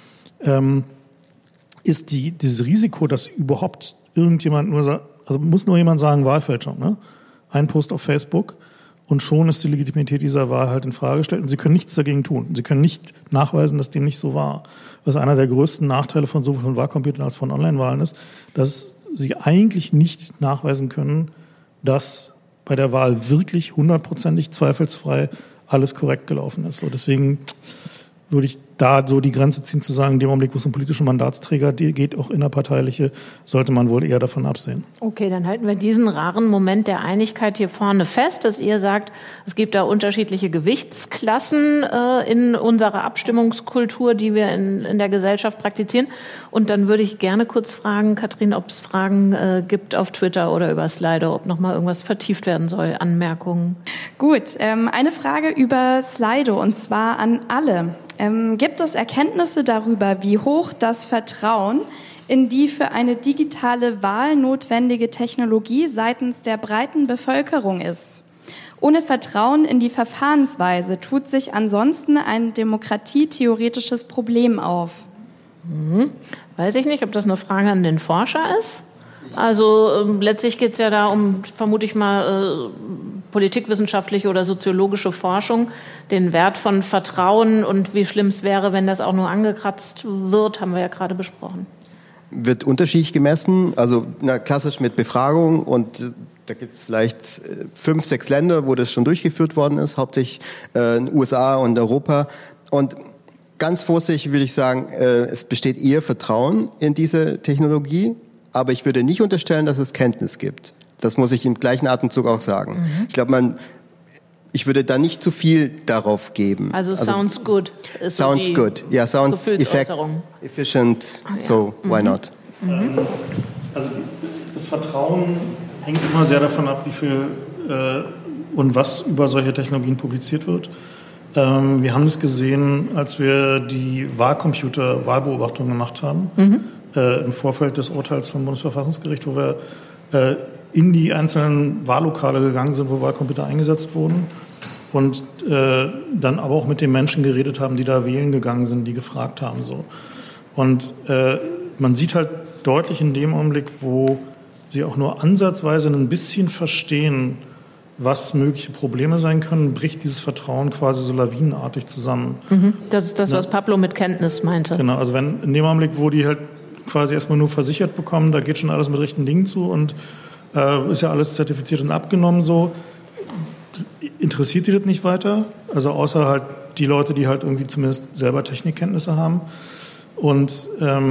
ist dieses Risiko, dass überhaupt irgendjemand nur sagt, also muss nur jemand sagen, Wahlfälschung, ne? Ein Post auf Facebook Und schon ist die Legitimität dieser Wahl halt in Frage gestellt. Und sie können nichts dagegen tun. Sie können nicht nachweisen, dass dem nicht so war. Was einer der größten Nachteile von sowohl von Wahlcomputern als von Online-Wahlen ist, dass sie eigentlich nicht nachweisen können, dass bei der Wahl wirklich 100%ig zweifelsfrei alles korrekt gelaufen ist. So, deswegen würde ich da so die Grenze ziehen, zu sagen, in dem Augenblick, wo es um politische Mandatsträger geht, auch innerparteiliche, sollte man wohl eher davon absehen. Okay, dann halten wir diesen raren Moment der Einigkeit hier vorne fest, dass ihr sagt, es gibt da unterschiedliche Gewichtsklassen in unserer Abstimmungskultur, die wir in der Gesellschaft praktizieren. Und dann würde ich gerne kurz fragen, Katrin, ob es Fragen gibt auf Twitter oder über Slido, ob noch mal irgendwas vertieft werden soll, Anmerkungen. Gut, eine Frage über Slido, und zwar an alle. Gibt es Erkenntnisse darüber, wie hoch das Vertrauen in die für eine digitale Wahl notwendige Technologie seitens der breiten Bevölkerung ist? Ohne Vertrauen in die Verfahrensweise tut sich ansonsten ein demokratietheoretisches Problem auf. Weiß ich nicht, ob das eine Frage an den Forscher ist. Also letztlich geht es ja da um, vermute ich mal, politikwissenschaftliche oder soziologische Forschung, den Wert von Vertrauen und wie schlimm es wäre, wenn das auch nur angekratzt wird, haben wir ja gerade besprochen. Wird unterschiedlich gemessen, also klassisch mit Befragung, und da gibt es vielleicht 5, 6 Länder, wo das schon durchgeführt worden ist, hauptsächlich in den USA und Europa. Und ganz vorsichtig würde ich sagen, es besteht eher Vertrauen in diese Technologie, aber ich würde nicht unterstellen, dass es Kenntnis gibt. Das muss ich im gleichen Atemzug auch sagen. Ich glaube, ich würde da nicht zu viel darauf geben. Also sounds good. Ist sounds so good. Ja, sounds efficient. So why not? Also das Vertrauen hängt immer sehr davon ab, wie viel und was über solche Technologien publiziert wird. Wir haben das gesehen, als wir die Wahlcomputer-Wahlbeobachtung gemacht haben, im Vorfeld des Urteils vom Bundesverfassungsgericht, wo wir in die einzelnen Wahllokale gegangen sind, wo Wahlcomputer eingesetzt wurden, und dann aber auch mit den Menschen geredet haben, die da wählen gegangen sind, die gefragt haben. So. Und man sieht halt deutlich in dem Augenblick, wo sie auch nur ansatzweise ein bisschen verstehen, was mögliche Probleme sein können, bricht dieses Vertrauen quasi so lawinenartig zusammen. Das ist das, was Pablo mit Kenntnis meinte. Genau, also wenn in dem Augenblick, wo die halt quasi erstmal nur versichert bekommen, da geht schon alles mit rechten Dingen zu und ist ja alles zertifiziert und abgenommen, so interessiert die das nicht weiter, also außer halt die Leute, die halt irgendwie zumindest selber Technikkenntnisse haben. Und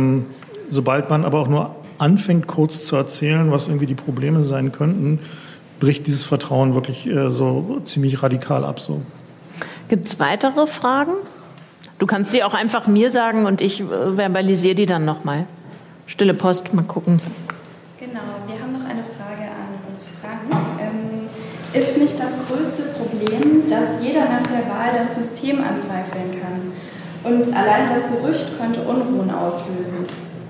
sobald man aber auch nur anfängt, kurz zu erzählen, was irgendwie die Probleme sein könnten, bricht dieses Vertrauen wirklich so ziemlich radikal ab. So. Gibt es weitere Fragen? Du kannst die auch einfach mir sagen und ich verbalisiere die dann nochmal. Stille Post, mal gucken. Genau, wir haben noch eine Frage an Frank. Ist nicht das größte Problem, dass jeder nach der Wahl das System anzweifeln kann? Und allein das Gerücht könnte Unruhen auslösen.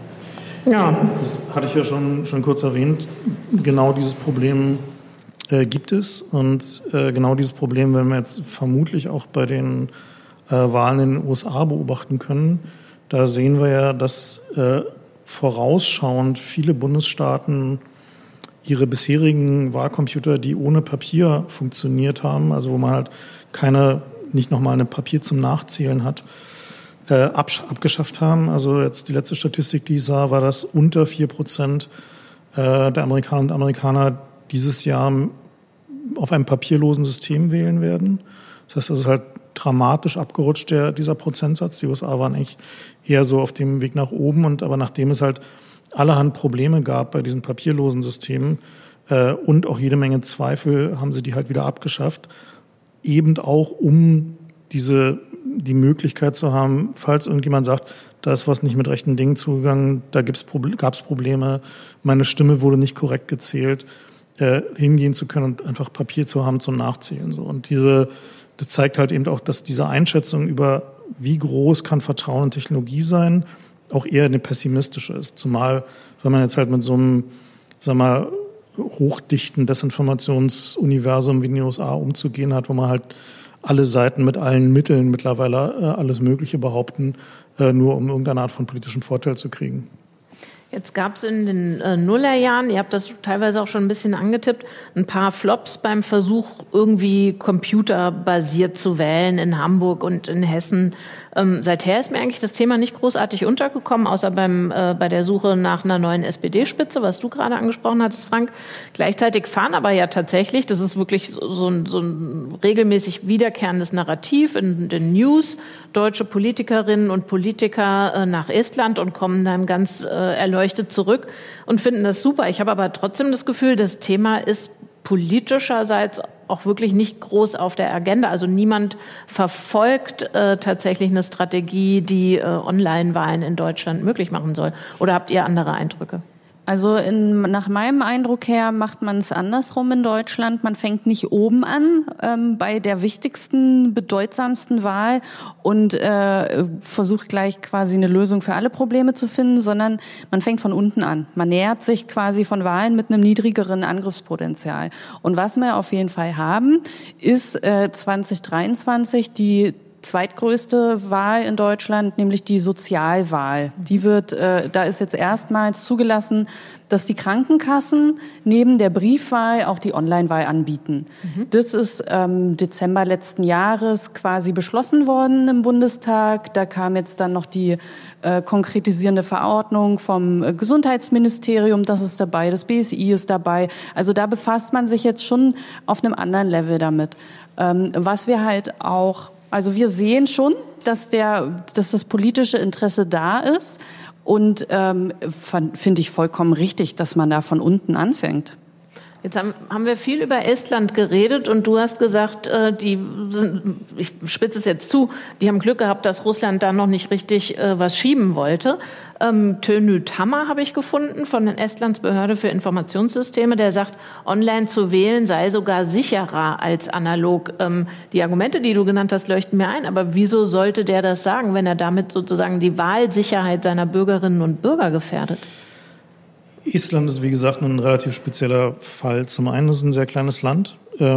Ja. Das hatte ich ja schon kurz erwähnt. Genau dieses Problem gibt es. Und genau dieses Problem werden wir jetzt vermutlich auch bei den Wahlen in den USA beobachten können. Da sehen wir ja, dass vorausschauend viele Bundesstaaten ihre bisherigen Wahlcomputer, die ohne Papier funktioniert haben, also wo man halt nicht nochmal ein Papier zum Nachzählen hat, abgeschafft haben. Also jetzt die letzte Statistik, die ich sah, war, dass unter 4% der Amerikanerinnen und Amerikaner dieses Jahr auf einem papierlosen System wählen werden. Das heißt, das ist halt dramatisch abgerutscht, dieser Prozentsatz. Die USA waren eigentlich eher so auf dem Weg nach oben, aber nachdem es halt allerhand Probleme gab bei diesen papierlosen Systemen und auch jede Menge Zweifel, haben sie die halt wieder abgeschafft. Eben auch, um die Möglichkeit zu haben, falls irgendjemand sagt, da ist was nicht mit rechten Dingen zugegangen, da gab es Probleme, meine Stimme wurde nicht korrekt gezählt, hingehen zu können und einfach Papier zu haben zum Nachzählen. So. Und das zeigt halt eben auch, dass diese Einschätzung über, wie groß kann Vertrauen in Technologie sein, auch eher eine pessimistische ist. Zumal, wenn man jetzt halt mit so einem, hochdichten Desinformationsuniversum wie in den USA umzugehen hat, wo man halt alle Seiten mit allen Mitteln mittlerweile alles Mögliche behaupten, nur um irgendeine Art von politischem Vorteil zu kriegen. Jetzt gab es in den Nullerjahren, ihr habt das teilweise auch schon ein bisschen angetippt, ein paar Flops beim Versuch, irgendwie computerbasiert zu wählen in Hamburg und in Hessen. Seither ist mir eigentlich das Thema nicht großartig untergekommen, außer bei der Suche nach einer neuen SPD-Spitze, was du gerade angesprochen hattest, Frank. Gleichzeitig fahren aber ja tatsächlich, das ist wirklich so ein regelmäßig wiederkehrendes Narrativ in den News, deutsche Politikerinnen und Politiker nach Estland und kommen dann ganz erleuchtet zurück und finden das super. Ich habe aber trotzdem das Gefühl, das Thema ist politischerseits auch wirklich nicht groß auf der Agenda. Also niemand verfolgt tatsächlich eine Strategie, die Online-Wahlen in Deutschland möglich machen soll. Oder habt ihr andere Eindrücke? Also nach meinem Eindruck her macht man es andersrum in Deutschland. Man fängt nicht oben an bei der wichtigsten, bedeutsamsten Wahl und versucht gleich quasi eine Lösung für alle Probleme zu finden, sondern man fängt von unten an. Man nähert sich quasi von Wahlen mit einem niedrigeren Angriffspotenzial. Und was wir auf jeden Fall haben, ist 2023 die zweitgrößte Wahl in Deutschland, nämlich die Sozialwahl. Die wird, da ist jetzt erstmals zugelassen, dass die Krankenkassen neben der Briefwahl auch die Online-Wahl anbieten. Das ist Dezember letzten Jahres quasi beschlossen worden im Bundestag. Da kam jetzt dann noch die konkretisierende Verordnung vom Gesundheitsministerium, das ist dabei, das BSI ist dabei. Also da befasst man sich jetzt schon auf einem anderen Level damit. Was wir halt auch Also wir sehen schon, dass das politische Interesse da ist und finde ich vollkommen richtig, dass man da von unten anfängt. Jetzt haben wir viel über Estland geredet und du hast gesagt, ich spitze es jetzt zu, die haben Glück gehabt, dass Russland da noch nicht richtig was schieben wollte. Tönyt Hammer habe ich gefunden von Estlands Behörde für Informationssysteme, der sagt, online zu wählen sei sogar sicherer als analog. Die Argumente, die du genannt hast, leuchten mir ein, aber wieso sollte der das sagen, wenn er damit sozusagen die Wahlsicherheit seiner Bürgerinnen und Bürger gefährdet? Estland ist, wie gesagt, ein relativ spezieller Fall. Zum einen ist es ein sehr kleines Land,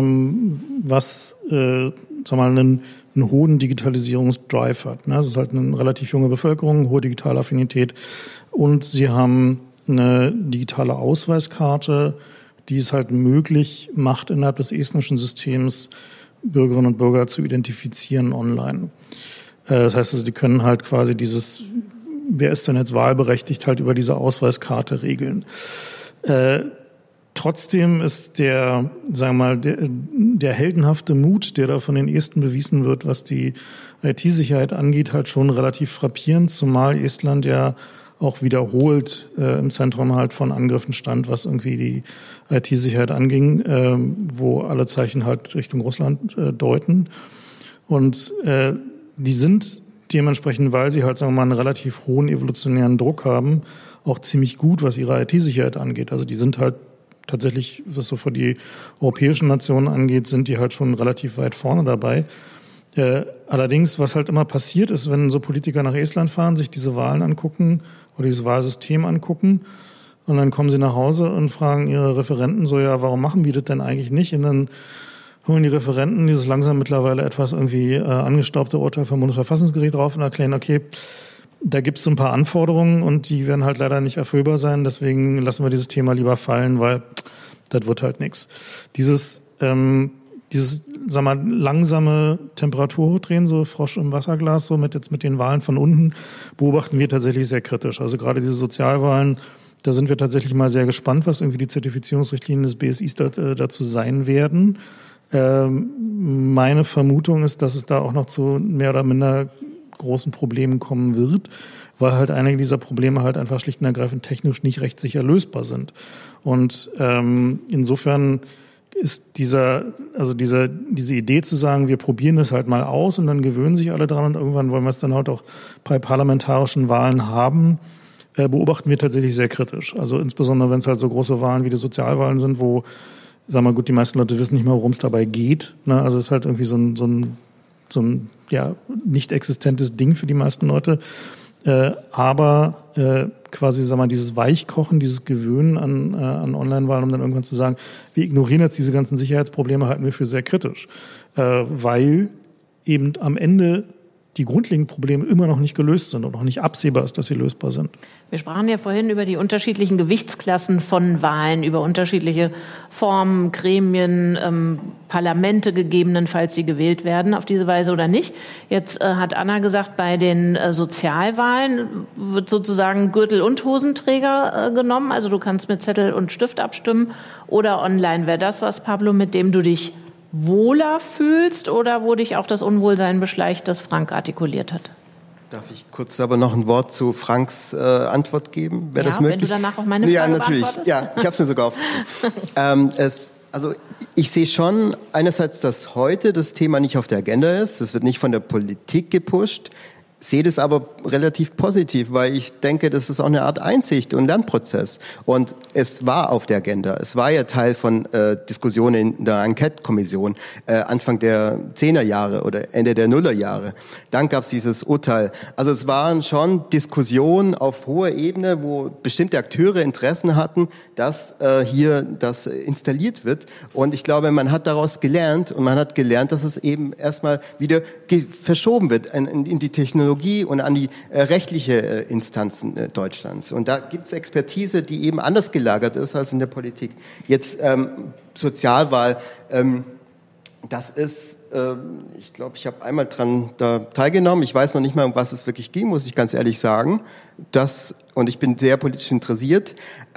was einen hohen Digitalisierungsdrive hat. Es ist halt eine relativ junge Bevölkerung, hohe digitale Affinität und sie haben eine digitale Ausweiskarte, die es halt möglich macht, innerhalb des estnischen Systems Bürgerinnen und Bürger zu identifizieren online. Das heißt, also, die können halt quasi dieses wer ist denn jetzt wahlberechtigt, halt über diese Ausweiskarte regeln. Trotzdem ist der heldenhafte Mut, der da von den Esten bewiesen wird, was die IT-Sicherheit angeht, halt schon relativ frappierend, zumal Estland ja auch wiederholt im Zentrum halt von Angriffen stand, was irgendwie die IT-Sicherheit anging, wo alle Zeichen halt Richtung Russland deuten. Und die sind dementsprechend, weil sie halt, sagen wir mal, einen relativ hohen evolutionären Druck haben, auch ziemlich gut, was ihre IT-Sicherheit angeht. Also die sind halt tatsächlich, was so für die europäischen Nationen angeht, sind die halt schon relativ weit vorne dabei. Allerdings, was halt immer passiert ist, wenn so Politiker nach Estland fahren, sich diese Wahlen angucken oder dieses Wahlsystem angucken und dann kommen sie nach Hause und fragen ihre Referenten so, ja, warum machen wir das denn eigentlich nicht? Und dann holen die Referenten dieses langsam mittlerweile etwas irgendwie angestaubte Urteil vom Bundesverfassungsgericht drauf und erklären, okay, da gibt es so ein paar Anforderungen und die werden halt leider nicht erfüllbar sein, deswegen lassen wir dieses Thema lieber fallen, weil das wird halt nichts. Dieses sag mal, langsame Temperaturhochdrehen, so Frosch im Wasserglas, so mit den Wahlen von unten, beobachten wir tatsächlich sehr kritisch. Also gerade diese Sozialwahlen, da sind wir tatsächlich mal sehr gespannt, was irgendwie die Zertifizierungsrichtlinien des BSIs dazu sein werden. Meine Vermutung ist, dass es da auch noch zu mehr oder minder großen Problemen kommen wird, weil halt einige dieser Probleme halt einfach schlicht und ergreifend technisch nicht rechtssicher lösbar sind. Und insofern ist diese Idee zu sagen, wir probieren das halt mal aus und dann gewöhnen sich alle dran und irgendwann wollen wir es dann halt auch bei parlamentarischen Wahlen haben, beobachten wir tatsächlich sehr kritisch. Also insbesondere, wenn es halt so große Wahlen wie die Sozialwahlen sind, wo, sag mal gut, die meisten Leute wissen nicht mehr, worum es dabei geht. Ne? Also es ist halt irgendwie so ein nicht existentes Ding für die meisten Leute. Aber quasi, sag mal, dieses Weichkochen, dieses Gewöhnen an Online-Wahlen, um dann irgendwann zu sagen, wir ignorieren jetzt diese ganzen Sicherheitsprobleme, halten wir für sehr kritisch. Weil eben am Ende die grundlegenden Probleme immer noch nicht gelöst sind und noch nicht absehbar ist, dass sie lösbar sind. Wir sprachen ja vorhin über die unterschiedlichen Gewichtsklassen von Wahlen, über unterschiedliche Formen, Gremien, Parlamente gegebenenfalls, die gewählt werden auf diese Weise oder nicht. Jetzt hat Anna gesagt, bei den Sozialwahlen wird sozusagen Gürtel- und Hosenträger genommen. Also du kannst mit Zettel und Stift abstimmen oder online. Wäre das was, Pablo, mit dem du dich wohler fühlst oder wo dich auch das Unwohlsein beschleicht, das Frank artikuliert hat? Darf ich kurz aber noch ein Wort zu Franks Antwort geben? Wäre das möglich? Wenn du danach auch meine Frage beantwortest. Ja, ich habe es mir sogar aufgeschrieben. Also ich sehe schon einerseits, dass heute das Thema nicht auf der Agenda ist. Es wird nicht von der Politik gepusht. Sehe das aber relativ positiv, weil ich denke, das ist auch eine Art Einsicht und Lernprozess. Und es war auf der Agenda. Es war ja Teil von Diskussionen in der Enquete-Kommission Anfang der 10er Jahre oder Ende der Nuller Jahre. Dann gab es dieses Urteil. Also es waren schon Diskussionen auf hoher Ebene, wo bestimmte Akteure Interessen hatten, dass hier das installiert wird. Und ich glaube, man hat daraus gelernt und man hat gelernt, dass es eben erstmal wieder verschoben wird in die Technologie und an die rechtliche Instanzen Deutschlands. Und da gibt es Expertise, die eben anders gelagert ist als in der Politik. Jetzt Sozialwahl, das ist, ich glaube, ich habe einmal da teilgenommen. Ich weiß noch nicht mal, um was es wirklich ging, muss ich ganz ehrlich sagen. Und ich bin sehr politisch interessiert.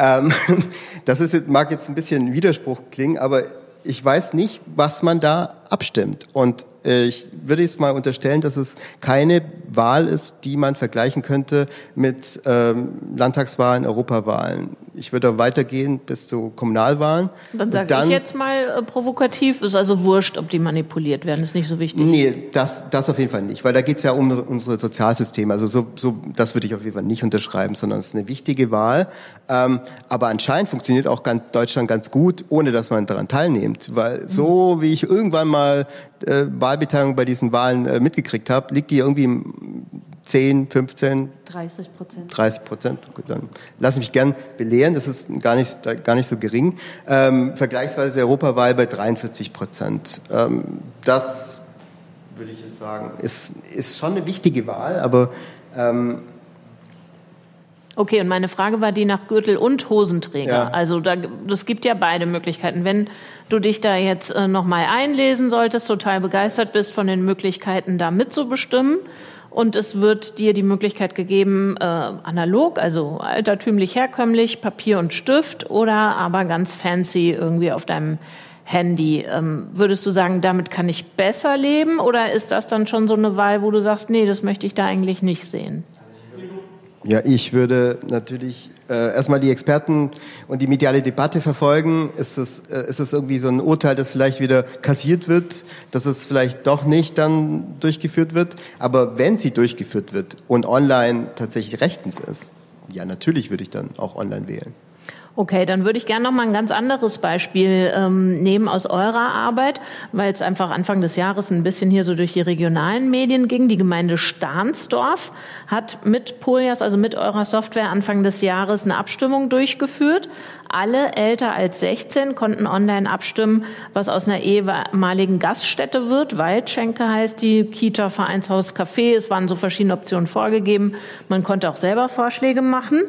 Das mag jetzt ein bisschen Widerspruch klingen, aber ich weiß nicht, was man da abstimmt. Und ich würde jetzt mal unterstellen, dass es keine Wahl ist, die man vergleichen könnte mit Landtagswahlen, Europawahlen. Ich würde weitergehen bis zu Kommunalwahlen. Dann sage ich jetzt mal provokativ, ist also wurscht, ob die manipuliert werden, ist nicht so wichtig. Nee, das auf jeden Fall nicht, weil da geht es ja um unsere Sozialsysteme. Also das würde ich auf jeden Fall nicht unterschreiben, sondern es ist eine wichtige Wahl. Aber anscheinend funktioniert auch Deutschland ganz gut, ohne dass man daran teilnimmt. Weil so wie ich irgendwann mal Wahlbeteiligung bei diesen Wahlen mitgekriegt habe, liegt die irgendwie im 10, 15, 30%. Gut, dann lass mich gern belehren, das ist gar nicht so gering. Vergleichsweise Europawahl bei 43%. Das würde ich jetzt sagen, ist schon eine wichtige Wahl, aber okay, und meine Frage war die nach Gürtel- und Hosenträger. Ja. Also das gibt ja beide Möglichkeiten. Wenn du dich da jetzt nochmal einlesen solltest, total begeistert bist von den Möglichkeiten, da mitzubestimmen und es wird dir die Möglichkeit gegeben, analog, also altertümlich herkömmlich, Papier und Stift oder aber ganz fancy irgendwie auf deinem Handy. Würdest du sagen, damit kann ich besser leben oder ist das dann schon so eine Wahl, wo du sagst, nee, das möchte ich da eigentlich nicht sehen? Ja, ich würde natürlich erstmal die Experten und die mediale Debatte verfolgen. Ist es irgendwie so ein Urteil, das vielleicht wieder kassiert wird, dass es vielleicht doch nicht dann durchgeführt wird? Aber wenn sie durchgeführt wird und online tatsächlich rechtens ist, ja, natürlich würde ich dann auch online wählen. Okay, dann würde ich gerne noch mal ein ganz anderes Beispiel nehmen aus eurer Arbeit, weil es einfach Anfang des Jahres ein bisschen hier so durch die regionalen Medien ging. Die Gemeinde Stahnsdorf hat mit Polias, also mit eurer Software, Anfang des Jahres eine Abstimmung durchgeführt. Alle älter als 16 konnten online abstimmen, was aus einer ehemaligen Gaststätte wird. Waldschenke heißt die, Kita, Vereinshaus, Café. Es waren so verschiedene Optionen vorgegeben. Man konnte auch selber Vorschläge machen.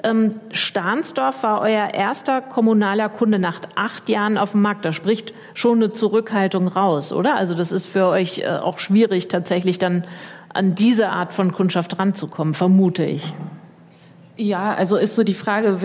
Stahnsdorf war euer erster kommunaler Kunde nach 8 Jahren auf dem Markt. Da spricht schon eine Zurückhaltung raus, oder? Also das ist für euch auch schwierig, tatsächlich dann an diese Art von Kundschaft ranzukommen, vermute ich. Ja, also ist so die Frage,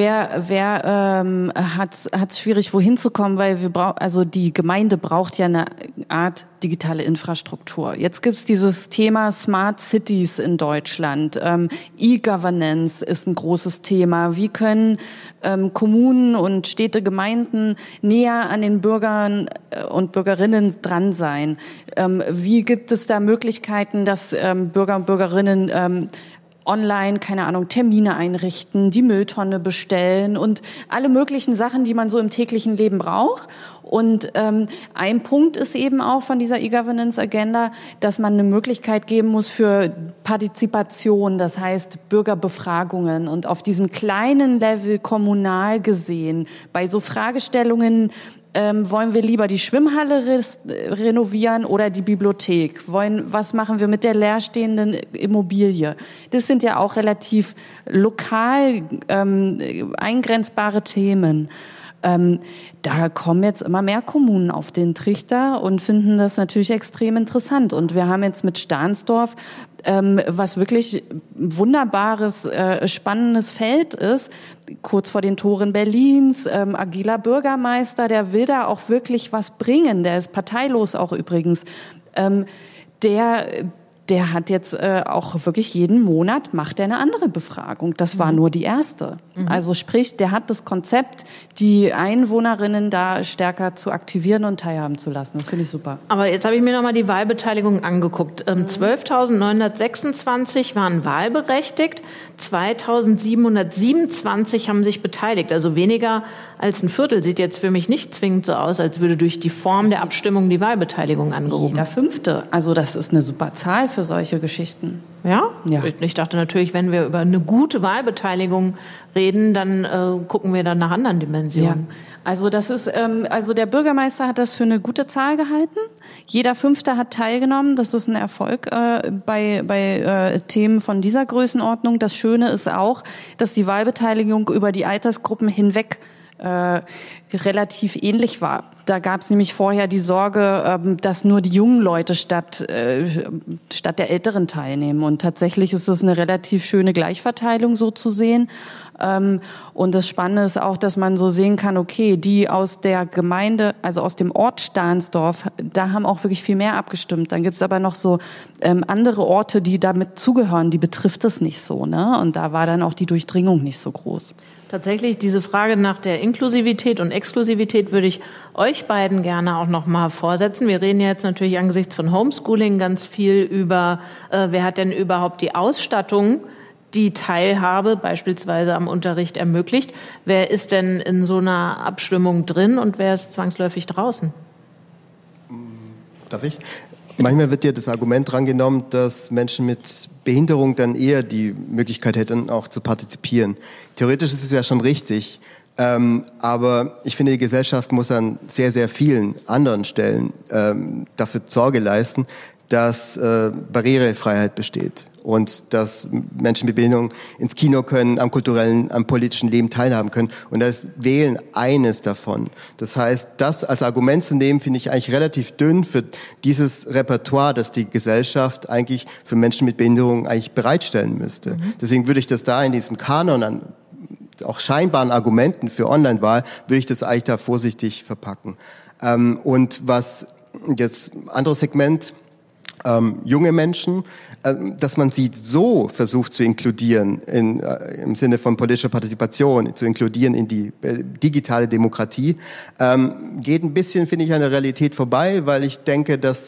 wer hat's schwierig, wohin zu kommen, weil also die Gemeinde braucht ja eine Art digitale Infrastruktur. Jetzt gibt's dieses Thema Smart Cities in Deutschland. E-Governance ist ein großes Thema. Wie können Kommunen und Städte, Gemeinden näher an den Bürgern und Bürgerinnen dran sein? Wie gibt es da Möglichkeiten, dass Bürger und Bürgerinnen online, keine Ahnung, Termine einrichten, die Mülltonne bestellen und alle möglichen Sachen, die man so im täglichen Leben braucht. Und ein Punkt ist eben auch von dieser E-Governance-Agenda, dass man eine Möglichkeit geben muss für Partizipation, das heißt Bürgerbefragungen. Und auf diesem kleinen Level kommunal gesehen, bei so Fragestellungen wollen wir lieber die Schwimmhalle renovieren oder die Bibliothek? Was machen wir mit der leerstehenden Immobilie? Das sind ja auch relativ lokal eingrenzbare Themen. Da kommen jetzt immer mehr Kommunen auf den Trichter und finden das natürlich extrem interessant. Und wir haben jetzt mit Stahnsdorf, was wirklich wunderbares, spannendes Feld ist, kurz vor den Toren Berlins, agiler Bürgermeister, der will da auch wirklich was bringen, der ist parteilos auch übrigens, der hat jetzt auch wirklich jeden Monat macht er eine andere Befragung. Das war nur die erste. Also sprich, der hat das Konzept, die Einwohnerinnen da stärker zu aktivieren und teilhaben zu lassen. Das finde ich super. Aber jetzt habe ich mir noch mal die Wahlbeteiligung angeguckt. 12.926 waren wahlberechtigt, 2.727 haben sich beteiligt. Also weniger als ein Viertel. Sieht jetzt für mich nicht zwingend so aus, als würde durch die Form der Abstimmung die Wahlbeteiligung angehoben. Jeder Fünfte. Also das ist eine super Zahl für solche Geschichten. Ja? Ja. Ich dachte natürlich, wenn wir über eine gute Wahlbeteiligung reden, dann gucken wir dann nach anderen Dimensionen. Ja. Also das ist, also der Bürgermeister hat das für eine gute Zahl gehalten. Jeder Fünfte hat teilgenommen. Das ist ein Erfolg bei Themen von dieser Größenordnung. Das Schöne ist auch, dass die Wahlbeteiligung über die Altersgruppen hinweg relativ ähnlich war. Da gab es nämlich vorher die Sorge, dass nur die jungen Leute statt der Älteren teilnehmen. Und tatsächlich ist es eine relativ schöne Gleichverteilung so zu sehen. Und das Spannende ist auch, dass man so sehen kann, okay, die aus der Gemeinde, also aus dem Ort Stahnsdorf, da haben auch wirklich viel mehr abgestimmt. Dann gibt's aber noch so andere Orte, die damit zugehören, die betrifft es nicht so, ne? Und da war dann auch die Durchdringung nicht so groß. Tatsächlich, diese Frage nach der Inklusivität und Exklusivität würde ich euch beiden gerne auch noch mal vorsetzen. Wir reden ja jetzt natürlich angesichts von Homeschooling ganz viel über, wer hat denn überhaupt die Ausstattung, die Teilhabe beispielsweise am Unterricht ermöglicht. Wer ist denn in so einer Abstimmung drin und wer ist zwangsläufig draußen? Darf ich? Manchmal wird ja das Argument drangenommen, dass Menschen mit Behinderung dann eher die Möglichkeit hätten, auch zu partizipieren. Theoretisch ist es ja schon richtig, aber ich finde, die Gesellschaft muss an sehr, sehr vielen anderen Stellen dafür Sorge leisten, dass Barrierefreiheit besteht und dass Menschen mit Behinderung ins Kino können, am kulturellen, am politischen Leben teilhaben können. Und da ist Wählen eines davon. Das heißt, das als Argument zu nehmen, finde ich eigentlich relativ dünn für dieses Repertoire, das die Gesellschaft eigentlich für Menschen mit Behinderung eigentlich bereitstellen müsste. Deswegen würde ich das da in diesem Kanon an auch scheinbaren Argumenten für Online-Wahl, würde ich das eigentlich da vorsichtig verpacken. Und was jetzt anderes Segment, junge Menschen, dass man sie so versucht zu inkludieren, im Sinne von politischer Partizipation, zu inkludieren in die digitale Demokratie, geht ein bisschen, finde ich, an der Realität vorbei, weil ich denke, dass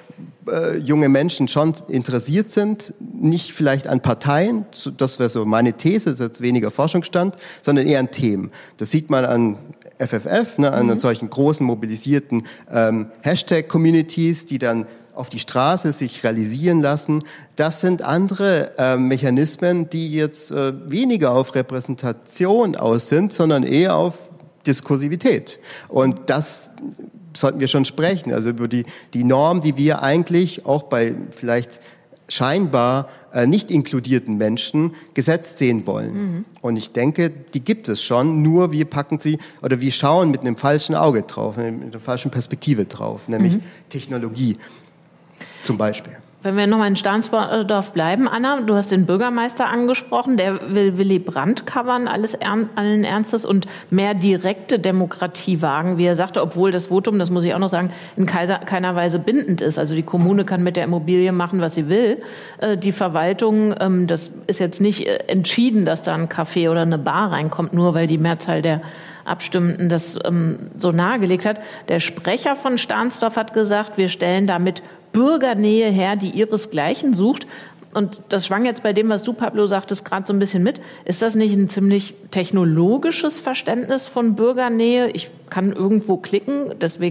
junge Menschen schon interessiert sind, nicht vielleicht an Parteien, das wäre so meine These, das ist jetzt weniger Forschungsstand, sondern eher an Themen. Das sieht man an FFF, ne, an solchen großen mobilisierten Hashtag-Communities, die dann auf die Straße sich realisieren lassen. Das sind andere Mechanismen, die jetzt weniger auf Repräsentation aus sind, sondern eher auf Diskursivität. Und das sollten wir schon sprechen, also über die Norm, die wir eigentlich auch bei vielleicht scheinbar nicht inkludierten Menschen gesetzt sehen wollen. Und ich denke, die gibt es schon, nur wir packen sie oder wir schauen mit einem falschen Auge drauf, mit einer falschen Perspektive drauf, nämlich Technologie. Zum Beispiel. Wenn wir nochmal in Stahnsdorf bleiben, Anna, du hast den Bürgermeister angesprochen, der will Willy Brandt covern, allen Ernstes, und mehr direkte Demokratie wagen, wie er sagte, obwohl das Votum, das muss ich auch noch sagen, in keiner Weise bindend ist. Also die Kommune kann mit der Immobilie machen, was sie will. Die Verwaltung, das ist jetzt nicht entschieden, dass da ein Café oder eine Bar reinkommt, nur weil die Mehrzahl der Abstimmenden das so nahegelegt hat. Der Sprecher von Stahnsdorf hat gesagt, wir stellen damit Bürgernähe her, die ihresgleichen sucht. Und das schwang jetzt bei dem, was du, Pablo, sagtest, gerade so ein bisschen mit. Ist das nicht ein ziemlich technologisches Verständnis von Bürgernähe? Ich kann irgendwo klicken, deswegen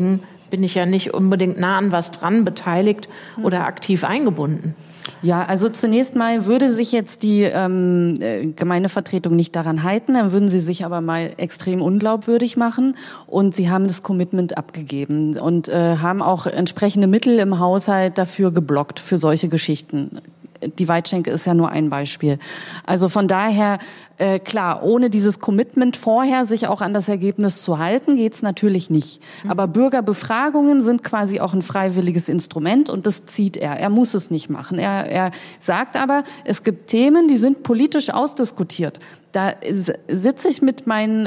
bin ich ja nicht unbedingt nah an was dran beteiligt oder aktiv eingebunden. Ja, also zunächst mal würde sich jetzt die Gemeindevertretung nicht daran halten, dann würden sie sich aber mal extrem unglaubwürdig machen und sie haben das Commitment abgegeben und haben auch entsprechende Mittel im Haushalt dafür geblockt, für solche Geschichten. Die Weitschenke ist ja nur ein Beispiel. Also von daher, klar, ohne dieses Commitment vorher, sich auch an das Ergebnis zu halten, geht's natürlich nicht. Aber Bürgerbefragungen sind quasi auch ein freiwilliges Instrument und das zieht er. Er muss es nicht machen. Er sagt aber, es gibt Themen, die sind politisch ausdiskutiert. Da sitze ich mit meinen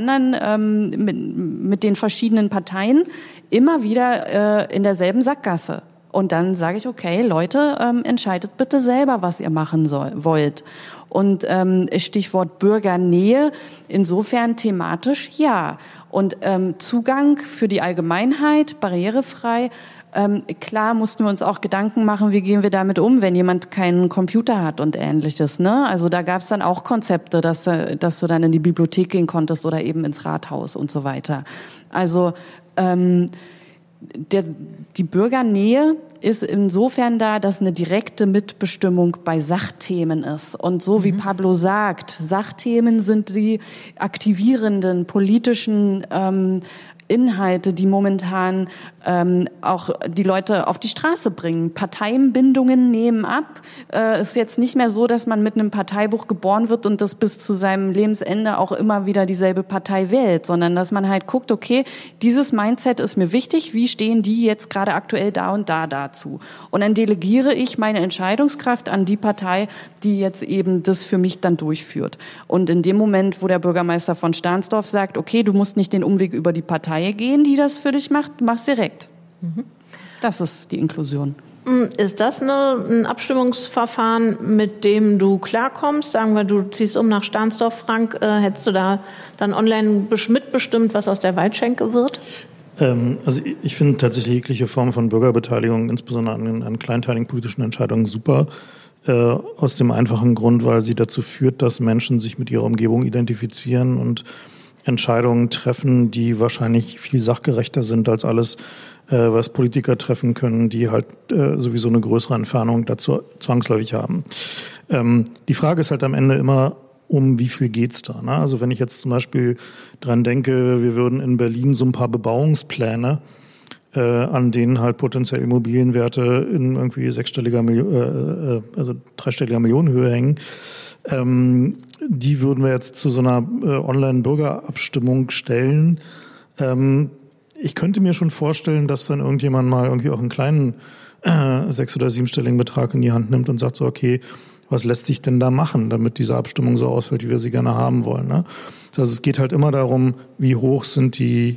mit den verschiedenen Parteien immer wieder in derselben Sackgasse. Und dann sage ich, okay, Leute, entscheidet bitte selber, was ihr machen wollt. Und Stichwort Bürgernähe, insofern thematisch ja. Und Zugang für die Allgemeinheit, barrierefrei. Klar mussten wir uns auch Gedanken machen, wie gehen wir damit um, wenn jemand keinen Computer hat und Ähnliches. Ne? Also da gab es dann auch Konzepte, dass du dann in die Bibliothek gehen konntest oder eben ins Rathaus und so weiter. Also die Bürgernähe ist insofern da, dass eine direkte Mitbestimmung bei Sachthemen ist. Und so wie Pablo sagt, Sachthemen sind die aktivierenden politischen Inhalte, die momentan auch die Leute auf die Straße bringen. Parteienbindungen nehmen ab. Ist jetzt nicht mehr so, dass man mit einem Parteibuch geboren wird und das bis zu seinem Lebensende auch immer wieder dieselbe Partei wählt, sondern dass man halt guckt, okay, dieses Mindset ist mir wichtig, wie stehen die jetzt gerade aktuell da und da dazu? Und dann delegiere ich meine Entscheidungskraft an die Partei, die jetzt eben das für mich dann durchführt. Und in dem Moment, wo der Bürgermeister von Stahnsdorf sagt, okay, du musst nicht den Umweg über die Partei gehen, die das für dich macht, mach's direkt. Das ist die Inklusion. Ist das ein Abstimmungsverfahren, mit dem du klarkommst? Sagen wir, du ziehst um nach Stahnsdorf, Frank. Hättest du da dann online mitbestimmt, was aus der Weitschenke wird? Also ich finde tatsächlich jegliche Form von Bürgerbeteiligung, insbesondere an kleinteiligen politischen Entscheidungen, super. Aus dem einfachen Grund, weil sie dazu führt, dass Menschen sich mit ihrer Umgebung identifizieren und Entscheidungen treffen, die wahrscheinlich viel sachgerechter sind als alles, was Politiker treffen können, die halt sowieso eine größere Entfernung dazu zwangsläufig haben. Die Frage ist halt am Ende immer, um wie viel geht's da? Ne? Also wenn ich jetzt zum Beispiel dran denke, wir würden in Berlin so ein paar Bebauungspläne, an denen halt potenziell Immobilienwerte in irgendwie dreistelliger Millionenhöhe hängen, die würden wir jetzt zu so einer Online-Bürgerabstimmung stellen. Ich könnte mir schon vorstellen, dass dann irgendjemand mal irgendwie auch einen kleinen 6- oder 7-stelligen Betrag in die Hand nimmt und sagt so, okay, was lässt sich denn da machen, damit diese Abstimmung so ausfällt, wie wir sie gerne haben wollen. Ne? Also es geht halt immer darum, wie hoch sind die,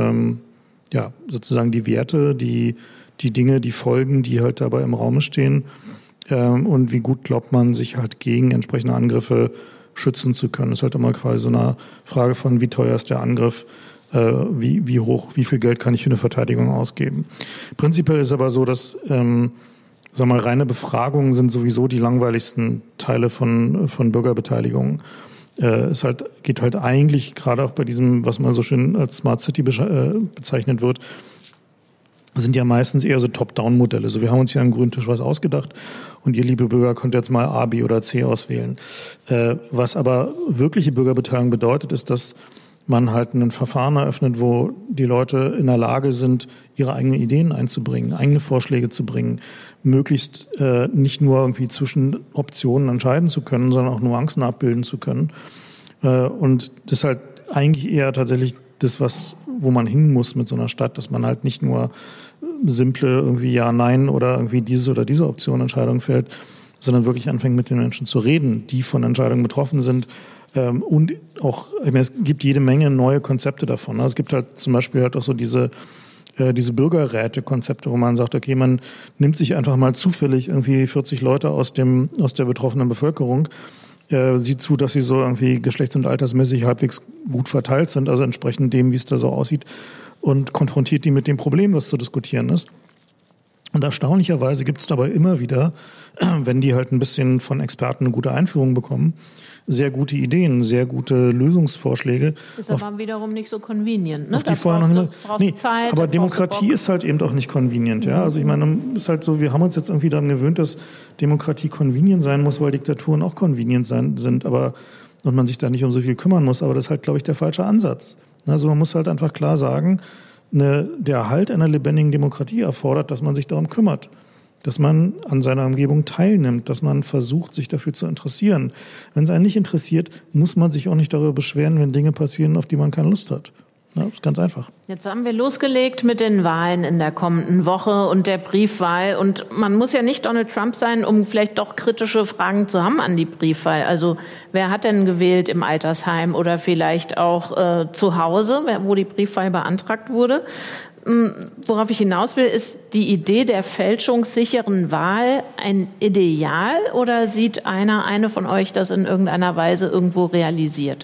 sozusagen die Werte, die Dinge, die Folgen, die halt dabei im Raume stehen. Und wie gut glaubt man, sich halt gegen entsprechende Angriffe schützen zu können. Das ist halt immer quasi so eine Frage von, wie teuer ist der Angriff, wie hoch, wie viel Geld kann ich für eine Verteidigung ausgeben. Prinzipiell ist aber so, dass reine Befragungen sind sowieso die langweiligsten Teile von Bürgerbeteiligung. Es geht halt eigentlich gerade auch bei diesem, was man so schön als Smart City bezeichnet wird, sind ja meistens eher so Top-Down-Modelle. So, wir haben uns hier am grünen Tisch was ausgedacht und ihr, liebe Bürger, könnt jetzt mal A, B oder C auswählen. Was aber wirkliche Bürgerbeteiligung bedeutet, ist, dass man halt ein Verfahren eröffnet, wo die Leute in der Lage sind, ihre eigenen Ideen einzubringen, eigene Vorschläge zu bringen, möglichst nicht nur irgendwie zwischen Optionen entscheiden zu können, sondern auch Nuancen abbilden zu können. Und das ist halt eigentlich eher tatsächlich das, wo man hin muss mit so einer Stadt, dass man halt nicht nur simple irgendwie Ja, Nein oder irgendwie diese oder diese Option Entscheidung fällt, sondern wirklich anfängt mit den Menschen zu reden, die von Entscheidungen betroffen sind. Und auch, es gibt jede Menge neue Konzepte davon. Es gibt halt zum Beispiel halt auch so diese Bürgerräte-Konzepte, wo man sagt, okay, man nimmt sich einfach mal zufällig irgendwie 40 Leute aus der betroffenen Bevölkerung, sieht zu, dass sie so irgendwie geschlechts- und altersmäßig halbwegs gut verteilt sind, also entsprechend dem, wie es da so aussieht, und konfrontiert die mit dem Problem, was zu diskutieren ist. Und erstaunlicherweise gibt es dabei immer wieder, wenn die halt ein bisschen von Experten eine gute Einführung bekommen, sehr gute Ideen, sehr gute Lösungsvorschläge. Ist aber wiederum nicht so convenient, ne? Auf die vorher noch nicht. Zeit, aber Demokratie ist halt eben auch nicht convenient. Ja? Also ich meine, ist halt so, wir haben uns jetzt irgendwie daran gewöhnt, dass Demokratie convenient sein muss, weil Diktaturen auch convenient sind, aber und man sich da nicht um so viel kümmern muss. Aber das ist halt, glaube ich, der falsche Ansatz. Also man muss halt einfach klar sagen, der Erhalt einer lebendigen Demokratie erfordert, dass man sich darum kümmert, dass man an seiner Umgebung teilnimmt, dass man versucht, sich dafür zu interessieren. Wenn es einen nicht interessiert, muss man sich auch nicht darüber beschweren, wenn Dinge passieren, auf die man keine Lust hat. Ja, ist ganz einfach. Jetzt haben wir losgelegt mit den Wahlen in der kommenden Woche und der Briefwahl. Und man muss ja nicht Donald Trump sein, um vielleicht doch kritische Fragen zu haben an die Briefwahl. Also wer hat denn gewählt im Altersheim oder vielleicht auch zu Hause, wo die Briefwahl beantragt wurde? Worauf ich hinaus will, ist die Idee der fälschungssicheren Wahl ein Ideal oder sieht eine von euch das in irgendeiner Weise irgendwo realisiert?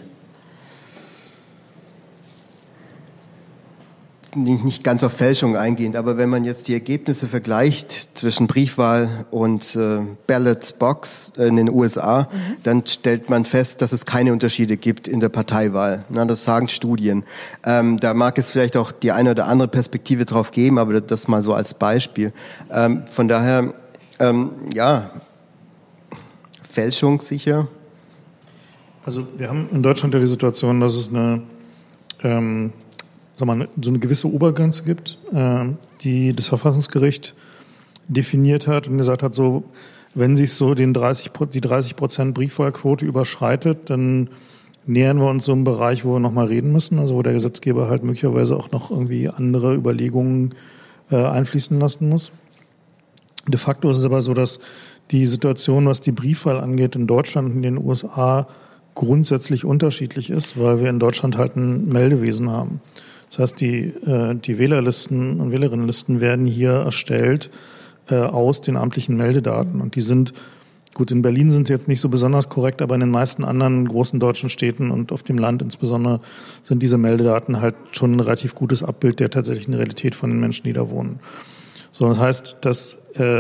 Nicht ganz auf Fälschung eingehend, aber wenn man jetzt die Ergebnisse vergleicht zwischen Briefwahl und Ballot Box in den USA, dann stellt man fest, dass es keine Unterschiede gibt in der Parteiwahl. Na, das sagen Studien. Da mag es vielleicht auch die eine oder andere Perspektive drauf geben, aber das mal so als Beispiel. Von daher, ja, Fälschung sicher. Also wir haben in Deutschland ja die Situation, dass es so eine gewisse Obergrenze gibt, die das Verfassungsgericht definiert hat und gesagt hat, so, wenn sich so die 30% Briefwahlquote überschreitet, dann nähern wir uns so einem Bereich, wo wir nochmal reden müssen, also wo der Gesetzgeber halt möglicherweise auch noch irgendwie andere Überlegungen einfließen lassen muss. De facto ist es aber so, dass die Situation, was die Briefwahl angeht, in Deutschland und in den USA grundsätzlich unterschiedlich ist, weil wir in Deutschland halt ein Meldewesen haben. Das heißt, die Wählerlisten und Wählerinnenlisten werden hier erstellt aus den amtlichen Meldedaten. Und die sind, gut, in Berlin sind sie jetzt nicht so besonders korrekt, aber in den meisten anderen großen deutschen Städten und auf dem Land insbesondere sind diese Meldedaten halt schon ein relativ gutes Abbild der tatsächlichen Realität von den Menschen, die da wohnen. So, das heißt, dass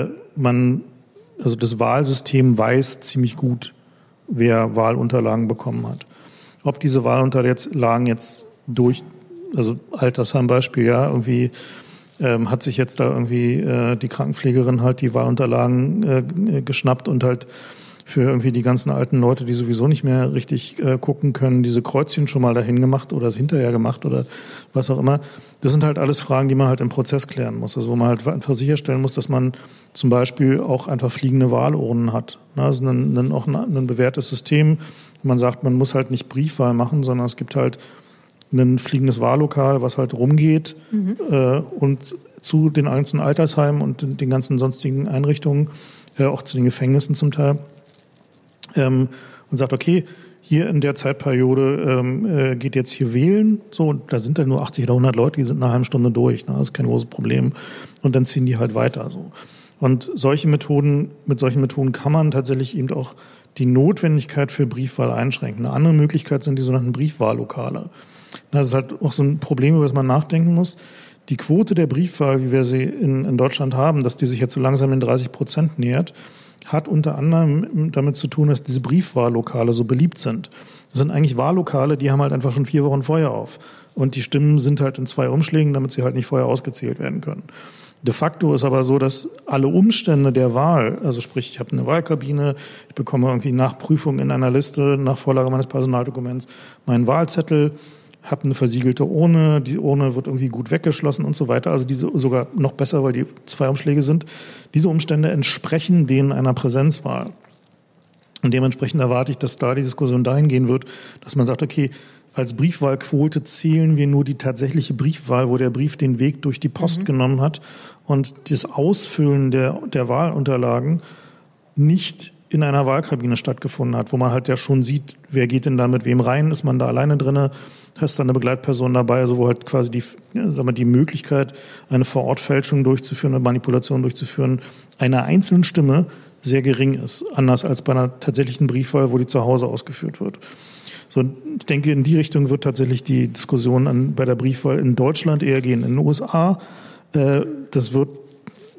das Wahlsystem weiß ziemlich gut, wer Wahlunterlagen bekommen hat. Ob diese Wahlunterlagen jetzt also Altersheim-Beispiel, ja, irgendwie hat sich jetzt da irgendwie die Krankenpflegerin halt die Wahlunterlagen geschnappt und halt für irgendwie die ganzen alten Leute, die sowieso nicht mehr richtig gucken können, diese Kreuzchen schon mal dahin gemacht oder es hinterher gemacht oder was auch immer. Das sind halt alles Fragen, die man halt im Prozess klären muss. Also wo man halt einfach sicherstellen muss, dass man zum Beispiel auch einfach fliegende Wahlurnen hat. Also auch ein bewährtes System. Man sagt, man muss halt nicht Briefwahl machen, sondern es gibt halt ein fliegendes Wahllokal, was halt rumgeht und zu den einzelnen Altersheimen und den ganzen sonstigen Einrichtungen, auch zu den Gefängnissen zum Teil, und sagt, okay, hier in der Zeitperiode geht jetzt hier wählen, so, und da sind dann nur 80 oder 100 Leute, die sind in einer halben Stunde durch, ne? Das ist kein großes Problem, und dann ziehen die halt weiter, so. Und mit solchen Methoden kann man tatsächlich eben auch die Notwendigkeit für Briefwahl einschränken. Eine andere Möglichkeit sind die sogenannten Briefwahllokale. Das ist halt auch so ein Problem, über das man nachdenken muss. Die Quote der Briefwahl, wie wir sie in Deutschland haben, dass die sich jetzt so langsam in 30% nähert, hat unter anderem damit zu tun, dass diese Briefwahllokale so beliebt sind. Das sind eigentlich Wahllokale, die haben halt einfach schon 4 Wochen vorher auf. Und die Stimmen sind halt in 2 Umschlägen, damit sie halt nicht vorher ausgezählt werden können. De facto ist aber so, dass alle Umstände der Wahl, also sprich, ich habe eine Wahlkabine, ich bekomme irgendwie nach Prüfung in einer Liste, nach Vorlage meines Personaldokuments meinen Wahlzettel, habe eine versiegelte Urne, die Urne wird irgendwie gut weggeschlossen und so weiter. Also diese sogar noch besser, weil die 2 Umschläge sind. Diese Umstände entsprechen denen einer Präsenzwahl. Und dementsprechend erwarte ich, dass da die Diskussion dahin gehen wird, dass man sagt, okay, als Briefwahlquote zählen wir nur die tatsächliche Briefwahl, wo der Brief den Weg durch die Post genommen hat und das Ausfüllen der Wahlunterlagen nicht in einer Wahlkabine stattgefunden hat, wo man halt ja schon sieht, wer geht denn da mit wem rein, ist man da alleine drinne, hast da eine Begleitperson dabei, also wo halt quasi die Möglichkeit, eine Vorortfälschung durchzuführen, eine Manipulation durchzuführen, einer einzelnen Stimme sehr gering ist, anders als bei einer tatsächlichen Briefwahl, wo die zu Hause ausgeführt wird. So, ich denke, in die Richtung wird tatsächlich die Diskussion bei der Briefwahl in Deutschland eher gehen. In den USA, das wird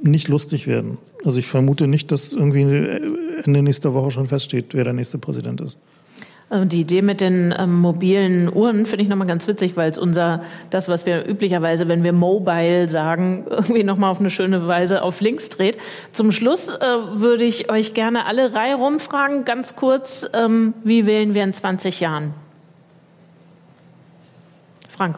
nicht lustig werden. Also ich vermute nicht, dass irgendwie Ende nächster Woche schon feststeht, wer der nächste Präsident ist. Die Idee mit den mobilen Uhren finde ich nochmal ganz witzig, weil es das, was wir üblicherweise, wenn wir Mobile sagen, irgendwie nochmal auf eine schöne Weise auf links dreht. Zum Schluss würde ich euch gerne alle Reihe rumfragen, ganz kurz, wie wählen wir in 20 Jahren? Frank?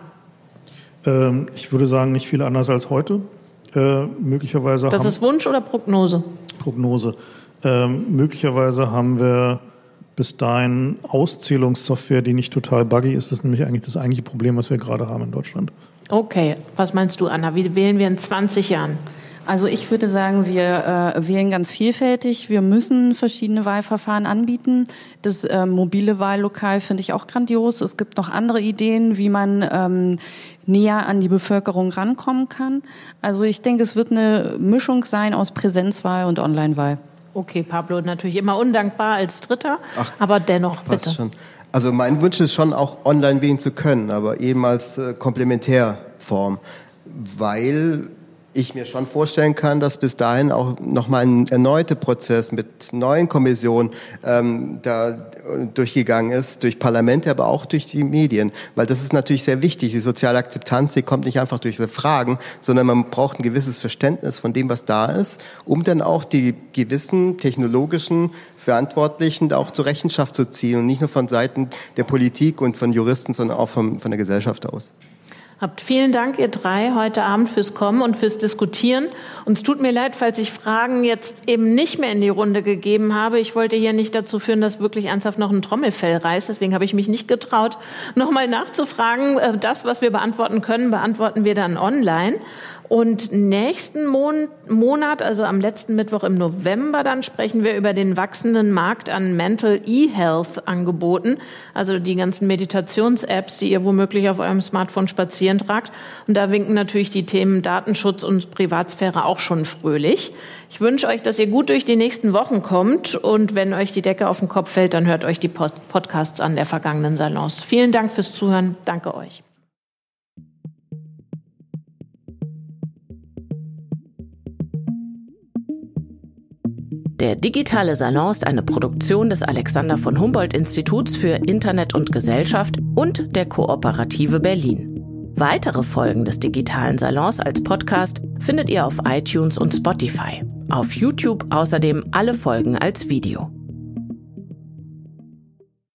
Ich würde sagen, nicht viel anders als heute. Möglicherweise das ist Wunsch oder Prognose? Prognose. Möglicherweise haben wir bis dahin Auszählungssoftware, die nicht total buggy ist. Das ist nämlich eigentlich das eigentliche Problem, was wir gerade haben in Deutschland. Okay, was meinst du, Anna? Wie wählen wir in 20 Jahren? Also ich würde sagen, wir wählen ganz vielfältig. Wir müssen verschiedene Wahlverfahren anbieten. Das mobile Wahllokal finde ich auch grandios. Es gibt noch andere Ideen, wie man näher an die Bevölkerung rankommen kann. Also ich denke, es wird eine Mischung sein aus Präsenzwahl und Onlinewahl. Okay, Pablo, natürlich immer undankbar als Dritter, aber dennoch bitte. Schon. Also mein Wunsch ist schon auch online wählen zu können, aber eben als Komplementärform, weil ich mir schon vorstellen kann, dass bis dahin auch nochmal ein erneuter Prozess mit neuen Kommissionen da durchgegangen ist, durch Parlamente, aber auch durch die Medien. Weil das ist natürlich sehr wichtig. Die soziale Akzeptanz, die kommt nicht einfach durch diese Fragen, sondern man braucht ein gewisses Verständnis von dem, was da ist, um dann auch die gewissen technologischen Verantwortlichen auch zur Rechenschaft zu ziehen und nicht nur von Seiten der Politik und von Juristen, sondern auch von der Gesellschaft aus. Vielen Dank, ihr drei, heute Abend fürs Kommen und fürs Diskutieren. Und es tut mir leid, falls ich Fragen jetzt eben nicht mehr in die Runde gegeben habe. Ich wollte hier nicht dazu führen, dass wirklich ernsthaft noch ein Trommelfell reißt. Deswegen habe ich mich nicht getraut, nochmal nachzufragen. Das, was wir beantworten können, beantworten wir dann online. Und nächsten Monat, also am letzten Mittwoch im November, dann sprechen wir über den wachsenden Markt an Mental E-Health-Angeboten, also die ganzen Meditations-Apps, die ihr womöglich auf eurem Smartphone spazieren tragt. Und da winken natürlich die Themen Datenschutz und Privatsphäre auch schon fröhlich. Ich wünsche euch, dass ihr gut durch die nächsten Wochen kommt. Und wenn euch die Decke auf den Kopf fällt, dann hört euch die Podcasts an der vergangenen Salons. Vielen Dank fürs Zuhören. Danke euch. Der digitale Salon ist eine Produktion des Alexander von Humboldt-Instituts für Internet und Gesellschaft und der Kooperative Berlin. Weitere Folgen des digitalen Salons als Podcast findet ihr auf iTunes und Spotify. Auf YouTube außerdem alle Folgen als Video.